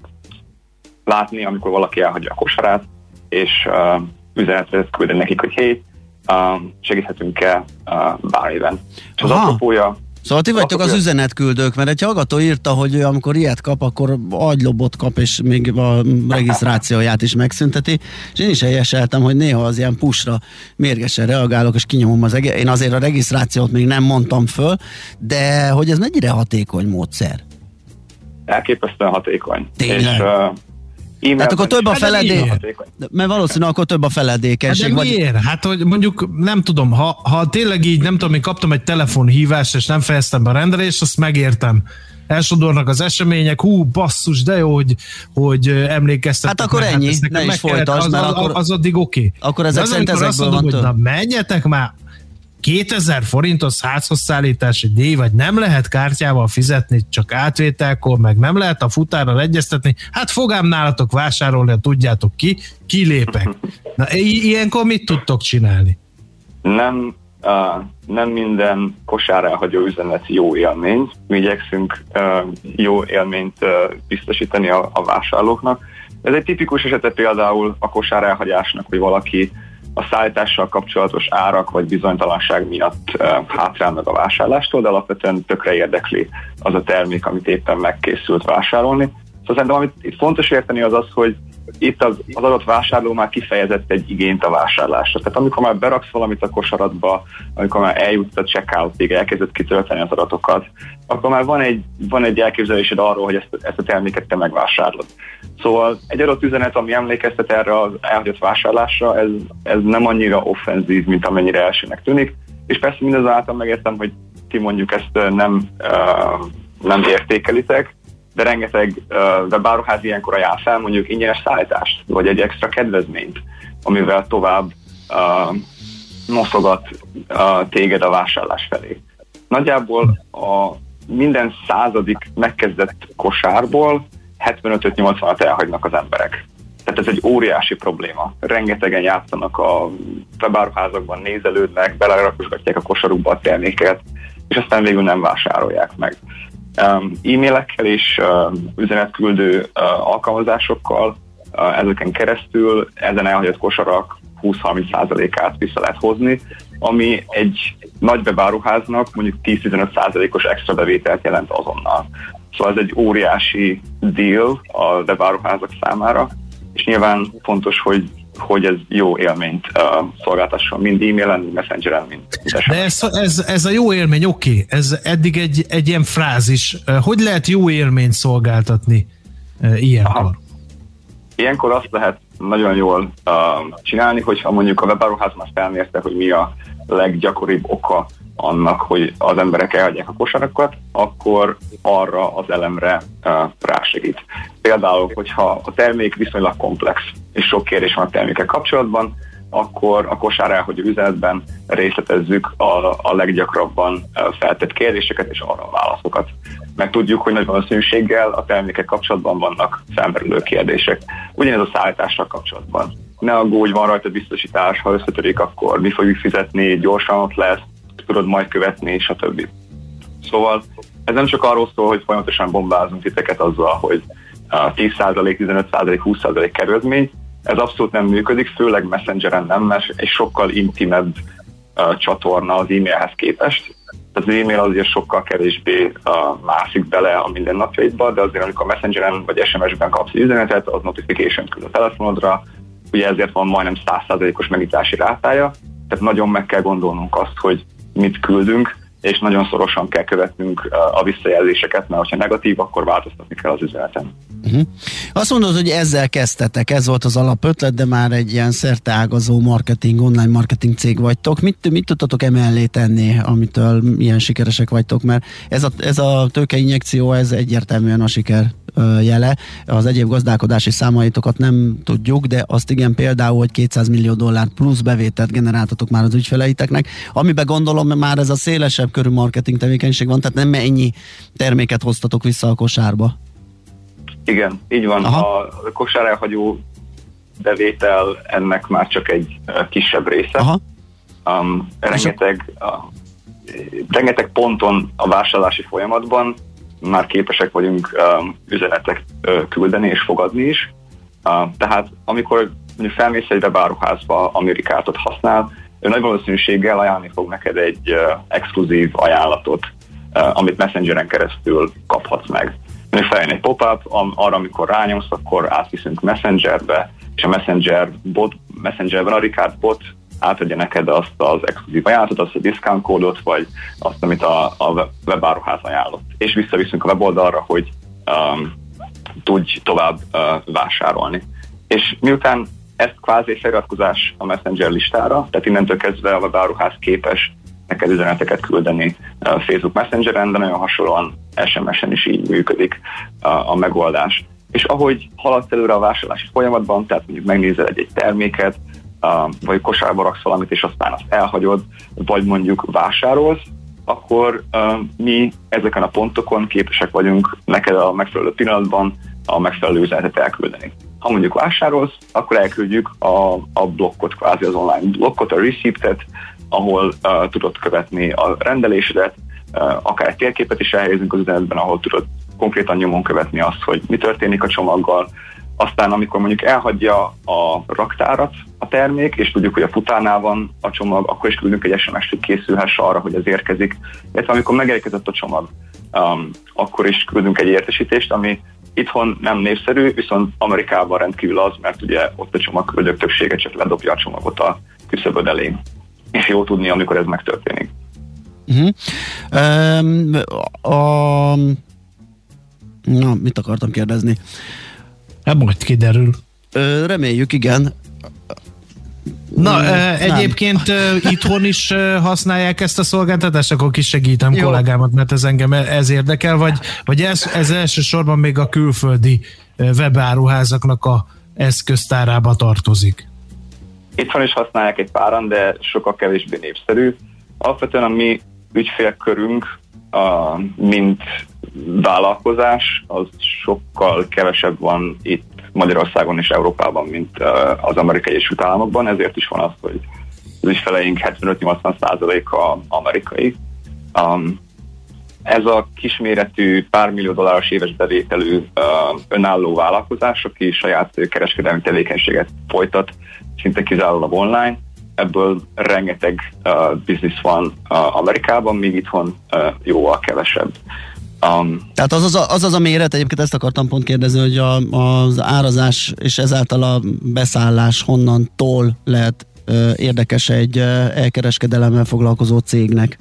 látni, amikor valaki elhagyja a kosarát, és uh, üzenetet küldeni nekik, hogy hé, uh, segíthetünk-e uh, bármiben. És az apropója... Szóval ti vagytok az üzenetküldők, mert egy hallgató írta, hogy ő amikor ilyet kap, akkor agylobot kap, és még a regisztrációját is megszünteti, és én is helyeseltem, hogy néha az ilyen pushra mérgesen reagálok, és kinyomom az egész. Én azért a regisztrációt még nem mondtam föl, de hogy ez mennyire hatékony módszer? Elképesztően hatékony. Tényleg? És, uh, hát akkor több a feledék, mert valószínűleg akkor több a feledékenység. Hát de miért? Vagy... Hát, hogy mondjuk nem tudom, ha, ha tényleg így, nem tudom, én kaptam egy telefonhívást, és nem fejeztem be a rendelést, azt megértem. Elsodornak az események, hú, basszus, de jó, hogy, hogy emlékeztetek. Hát akkor meg, ennyi, hát ne is folytasd, mert az, akkor, az addig oké. Okay. Akkor ezek szerint ezekből van több. Na, menjetek már, kétezer forintos házhoz szállítási díj, vagy nem lehet kártyával fizetni, csak átvételkor, meg nem lehet a futárral egyeztetni, hát fogám nálatok vásárolni, tudjátok ki, kilépek. Na, i- ilyenkor mit tudtok csinálni? Nem, uh, nem minden kosár elhagyó üzenet jó élmény. Mi igyekszünk uh, jó élményt uh, biztosítani a, a vásárlóknak. Ez egy tipikus esete például a kosár elhagyásnak, hogy valaki a szállítással kapcsolatos árak vagy bizonytalanság miatt uh, hátrál meg a vásárlástól, de alapvetően tökre érdekli az a termék, amit éppen megkészült vásárolni. Szóval szerintem, amit itt fontos érteni az az, hogy itt az, az adott vásárló már kifejezett egy igényt a vásárlásra. Tehát amikor már beraksz valamit a kosaratba, amikor már eljutsz a checkoutig, elkezdett kitölteni az adatokat, akkor már van egy, van egy elképzelésed arról, hogy ezt, ezt a terméket te megvásárlod. Szóval egy adott üzenet, ami emlékeztet erre az elhagyott vásárlásra, ez, ez nem annyira offenzív, mint amennyire elsőnek tűnik, és persze mindazáltal megértem, hogy ti mondjuk ezt nem, uh, nem értékelitek, de rengeteg uh, webáruház ilyenkor ajánl fel mondjuk ingyenes szállítást, vagy egy extra kedvezményt, amivel tovább uh, noszogat uh, téged a vásárlás felé. Nagyjából a minden századik megkezdett kosárból hetvenöt nyolcvanat elhagynak az emberek. Tehát ez egy óriási probléma. Rengetegen játszanak a webáruházakban, nézelődnek, belerakosgatják a kosarukba a terméket, és aztán végül nem vásárolják meg. Um, e-mailekkel és uh, üzenetküldő uh, alkalmazásokkal uh, ezeken keresztül ezen elhagyott kosarak húsz-harminc százalékát vissza lehet hozni, ami egy nagy webáruháznak mondjuk tíz-tizenöt százalékos extra bevételt jelent azonnal. Szóval ez egy óriási deal a webáruházak számára, és nyilván fontos, hogy hogy ez jó élményt uh, szolgáltasson, mind e-mailen, mind messengeren, mind de ez, ez, ez a jó élmény, oké, okay. Ez eddig egy, egy ilyen frázis. Hogy lehet jó élményt szolgáltatni uh, ilyenkor? Aha. Ilyenkor azt lehet nagyon jól uh, csinálni, hogyha mondjuk a webáruház már felmérte, hogy mi a leggyakoribb oka annak, hogy az emberek elhagyják a kosarakat, akkor arra az elemre uh, rásegít. Például, hogyha a termék viszonylag komplex, és sok kérdés van a termékkel kapcsolatban, akkor a kosár elhagyó üzenetben részletezzük a, a leggyakrabban uh, feltett kérdéseket és arra a válaszokat. Mert tudjuk, hogy nagy valószínűséggel a termékek kapcsolatban vannak felmerülő kérdések. Ugyanez a szállítással kapcsolatban. Ne aggódj, van rajta biztosítás, ha összetörik, akkor mi fogjuk fizetni, gyorsan ott lesz, tudod majd követni, stb. Szóval ez nem csak arról szól, hogy folyamatosan bombázunk titeket azzal, hogy tíz százalék, tizenöt százalék, húsz százalék kedvezmény. Ez abszolút nem működik, főleg Messengeren nem, mert egy sokkal intimebb uh, csatorna az e-mailhez képest. Tehát az e-mail azért sokkal kevésbé uh, mászik bele a mindennapjaidba, de azért amikor Messengeren vagy es em es-ben kapsz üzenetet, az notification küld a telefonodra, ugye ezért van majdnem száz százalékos megítási rátája, tehát nagyon meg kell gondolnunk azt, hogy mit küldünk, és nagyon szorosan kell követnünk a visszajelzéseket, mert ha negatív, akkor változtatni kell az üzeneten. Uh-huh. Azt mondod, hogy ezzel kezdtetek, ez volt az alapötlet, de már egy ilyen szerteágazó marketing, online marketing cég vagytok. Mit, mit tudtatok emellé tenni, amitől ilyen sikeresek vagytok? Mert ez a, ez a tőkeinjekció, ez egyértelműen a siker jele. Az egyéb gazdálkodási számaitokat nem tudjuk, de azt igen például, hogy kétszáz millió dollár plusz bevételt generáltatok már az ügyfeleiteknek, amiben gondolom már ez a szélesebb körű marketing tevékenység van, tehát nem ennyi terméket hoztatok vissza a kosárba. Igen, így van. Aha. A kosár elhagyó bevétel ennek már csak egy kisebb része. Aha. Um, rengeteg, a, rengeteg ponton a vásárlási folyamatban már képesek vagyunk um, üzenetek uh, küldeni és fogadni is. Uh, tehát amikor mondjuk felmész egy webáruházba, ami kártot használ, ő nagy valószínűséggel ajánlani fog neked egy uh, exkluzív ajánlatot, uh, amit Messengeren keresztül kaphatsz meg. Feljön egy pop-up, am, arra amikor rányomsz, akkor átviszünk Messengerbe, és a Messenger bot, Messengerben a Ricard bot átadja neked azt az exkluzív ajánlatot, azt a discount kódot, vagy azt, amit a, a webáruház ajánlott. És visszaviszünk a weboldalra, hogy um, tudj tovább uh, vásárolni. És miután ez kvázi feliratkozás a Messenger listára, tehát innentől kezdve a webáruház képes neked üzeneteket küldeni uh, Facebook Messengeren, de nagyon hasonlóan es em es-en is így működik uh, a megoldás. És ahogy haladsz előre a vásárlási folyamatban, tehát mondjuk megnézel egy, egy terméket, uh, vagy kosárba raksz valamit, és aztán azt elhagyod, vagy mondjuk vásárolsz, akkor uh, mi ezeken a pontokon képesek vagyunk neked a megfelelő pillanatban a megfelelő üzenetet elküldeni. Ha mondjuk vásárolsz, akkor elküldjük a, a blokkot, kvázi az online blokkot, a receptet, ahol uh, tudod követni a rendelésedet, uh, akár egy térképet is elhelyezünk az üzenetben, ahol tudod konkrétan nyomon követni azt, hogy mi történik a csomaggal. Aztán, amikor mondjuk elhagyja a raktárat a termék, és tudjuk, hogy a futárnál van a csomag, akkor is küldünk egy es em es-t, hogy készülhess arra, hogy ez érkezik. Illetve amikor megérkezett a csomag, um, akkor is küldünk egy értesítést, ami itthon nem népszerű, viszont Amerikában rendkívül az, mert ugye ott a csomagküldők többsége csak ledobja a csomagot a küszöböd elé. És jó tudni, amikor ez megtörténik. Uh-huh. Um, a... Na, mit akartam kérdezni? Hát majd kiderül. Ö, reméljük, igen. Na, uh, egyébként uh, itthon is uh, használják ezt a szolgáltatást, akkor kisegítem Jó. kollégámat, mert ez engem ez érdekel, vagy, vagy ez, ez elsősorban még a külföldi uh, webáruházaknak a eszköztárába tartozik? Itthon is használják egy páran, de sokkal kevésbé népszerű. Alapvetően a mi ügyfélkörünk, a, mint vállalkozás, az sokkal kevesebb van itt Magyarországon és Európában, mint az Amerikai Egyesült Államokban, ezért is van az, hogy az ügyfeleink hetvenöt-nyolcvan százaléka amerikai. Um, ez a kisméretű, pár millió dolláros éves bevételű uh, önálló vállalkozás, aki saját kereskedelmi tevékenységet folytat, szinte kizárólag online. Ebből rengeteg uh, biznisz van uh, Amerikában, míg itthon uh, jóval kevesebb. Um, Tehát az az, a, az az a méret, egyébként ezt akartam pont kérdezni, hogy a, az árazás és ezáltal a beszállás honnantól lehet uh, érdekes egy uh, elkereskedelemmel foglalkozó cégnek?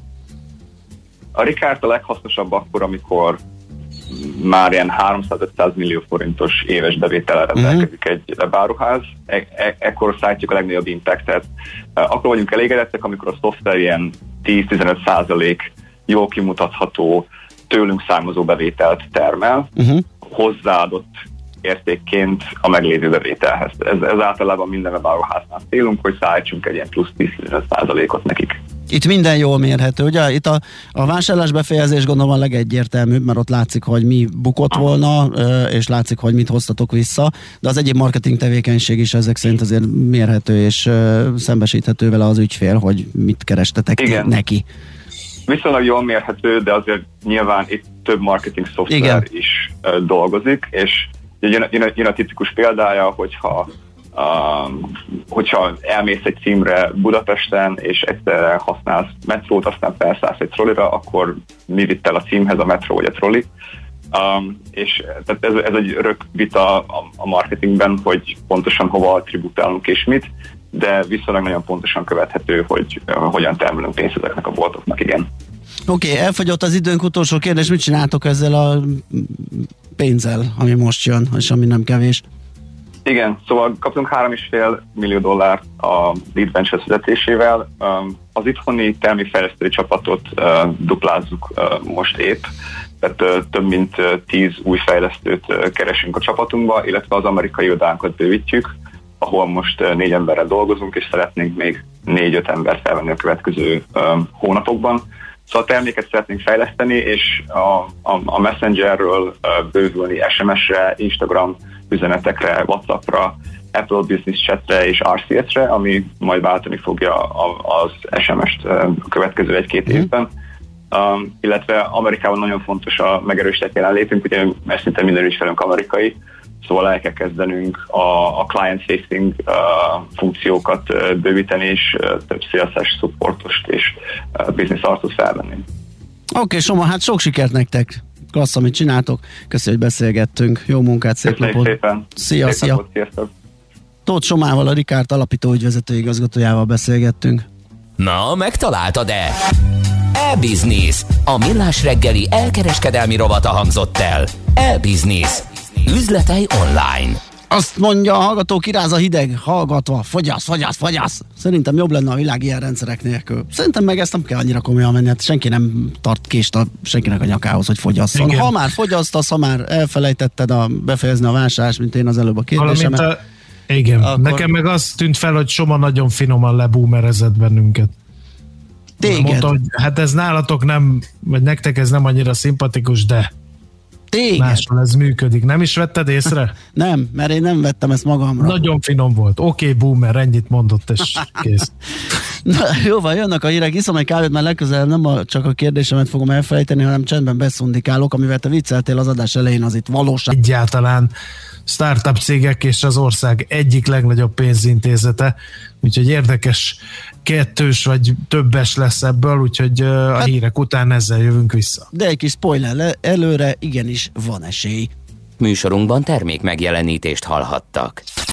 A Ricard a leghasznosabb akkor, amikor már ilyen háromszáz-ötszáz millió forintos éves bevétellel rendelkezik uh-huh. egy webáruház. E- e- ekkor szállítjuk a legnagyobb impactet. Akkor vagyunk elégedettek, amikor a szoftver ilyen tíz-tizenöt százalék jól kimutatható, tőlünk származó bevételt termel, uh-huh. hozzáadott értékként a meglévő bevételhez. Ez, ez általában minden webáruháznál célunk, hogy szállítsunk egy ilyen plusz tíz-tizenöt százalékot nekik. Itt minden jól mérhető, ugye? Itt a, a vásárlás befejezés gondolom a legegyértelműbb, mert ott látszik, hogy mi bukott volna, és látszik, hogy mit hoztatok vissza, de az egyéb marketing tevékenység is ezek szerint azért mérhető, és szembesíthető vele az ügyfél, hogy mit kerestetek Igen. neki. Viszonylag jól mérhető, de azért nyilván itt több marketing szoftver Igen. is uh, dolgozik, és jön, jön, jön a tipikus példája, hogyha Uh, hogyha elmész egy címre Budapesten, és egyszerre használsz metrót, aztán felszállsz egy trollira, akkor mi vitt el a címhez, a metró vagy a trolli. Um, és tehát ez, ez egy örök vita a, a marketingben, hogy pontosan hova attributálunk és mit, de viszonylag nagyon pontosan követhető, hogy uh, hogyan termelünk pénzt ezeknek a boltoknak, igen. Oké, okay, elfogyott az időnk, utolsó kérdés, mit csináltok ezzel a pénzzel, ami most jön, és ami nem kevés? Igen, szóval kaptunk három és fél millió dollárt a Lead Ventures vezetésével. Az itthoni termékfejlesztői csapatot duplázzuk most épp, tehát több mint tíz új fejlesztőt keresünk a csapatunkba, illetve az amerikai irodánkat bővítjük, ahol most négy emberrel dolgozunk, és szeretnénk még négy-öt embert felvenni a következő hónapokban. Szóval a terméket szeretnénk fejleszteni, és a, a, a Messengerről bővülni es em es-re, Instagram üzenetekre, WhatsAppra, Apple Business Chatre és er cé es-re, ami majd váltani fogja az es em est a következő egy-két mm. évben. Um, illetve Amerikában nagyon fontos a megerősített jelenlétünk, ugye mert szinte minden ügyfelünk amerikai, szóval el kell kezdenünk a, a client-facing uh, funkciókat uh, bővíteni, és uh, több sales-es, supportost és uh, business arcot felvenni. Oké, okay, Soma, hát sok sikert nektek! Klassz, amit csináltok. Köszönjük, hogy beszélgettünk. Jó munkát, szép Köszönjük napot. Szépen. Szia, szép szia. Napot, sziasztok. Tóth Somával, a Ricard alapító ügyvezető igazgatójával beszélgettünk. Na, megtaláltad-e? E-Business. A millás reggeli elkereskedelmi rovata hangzott el. E-Business. Üzletei online. Azt mondja a hallgató, kiráz a hideg, hallgatva, fogyasz, fogyasz, fogyasz. Szerintem jobb lenne a világ ilyen rendszerek nélkül. Szerintem meg ezt nem kell annyira komolyan menni, hát senki nem tart kést a senkinek a nyakához, hogy fogyasszon. Igen. Ha már fogyasztasz, ha már elfelejtetted a, befejezni a vásárlást, mint én az előbb a kérdésemet. A, igen, akkor... nekem meg az tűnt fel, hogy Soma nagyon finoman leboomerezett bennünket. Téged. Mondta, hogy hát ez nálatok nem, vagy nektek ez nem annyira szimpatikus, de Téged. máshol ez működik. Nem is vetted észre? Nem, mert én nem vettem ezt magamra. Nagyon finom volt. Oké, okay, boomer, ennyit mondott, és kész. Na, jó van, jönnek a hírek, iszom egy kávét, mert legközelebb nem a, csak a kérdésemet fogom elfelejteni, hanem csendben beszundikálok, amivel te vicceltél az adás elején, az itt valóság. Egyáltalán startup cégek és az ország egyik legnagyobb pénzintézete, úgyhogy érdekes kettős vagy többes lesz ebből, úgyhogy a hát, hírek után ezzel jövünk vissza. De egy kis spoiler előre, igenis van esély. Műsorunkban termék megjelenítést hallhattak.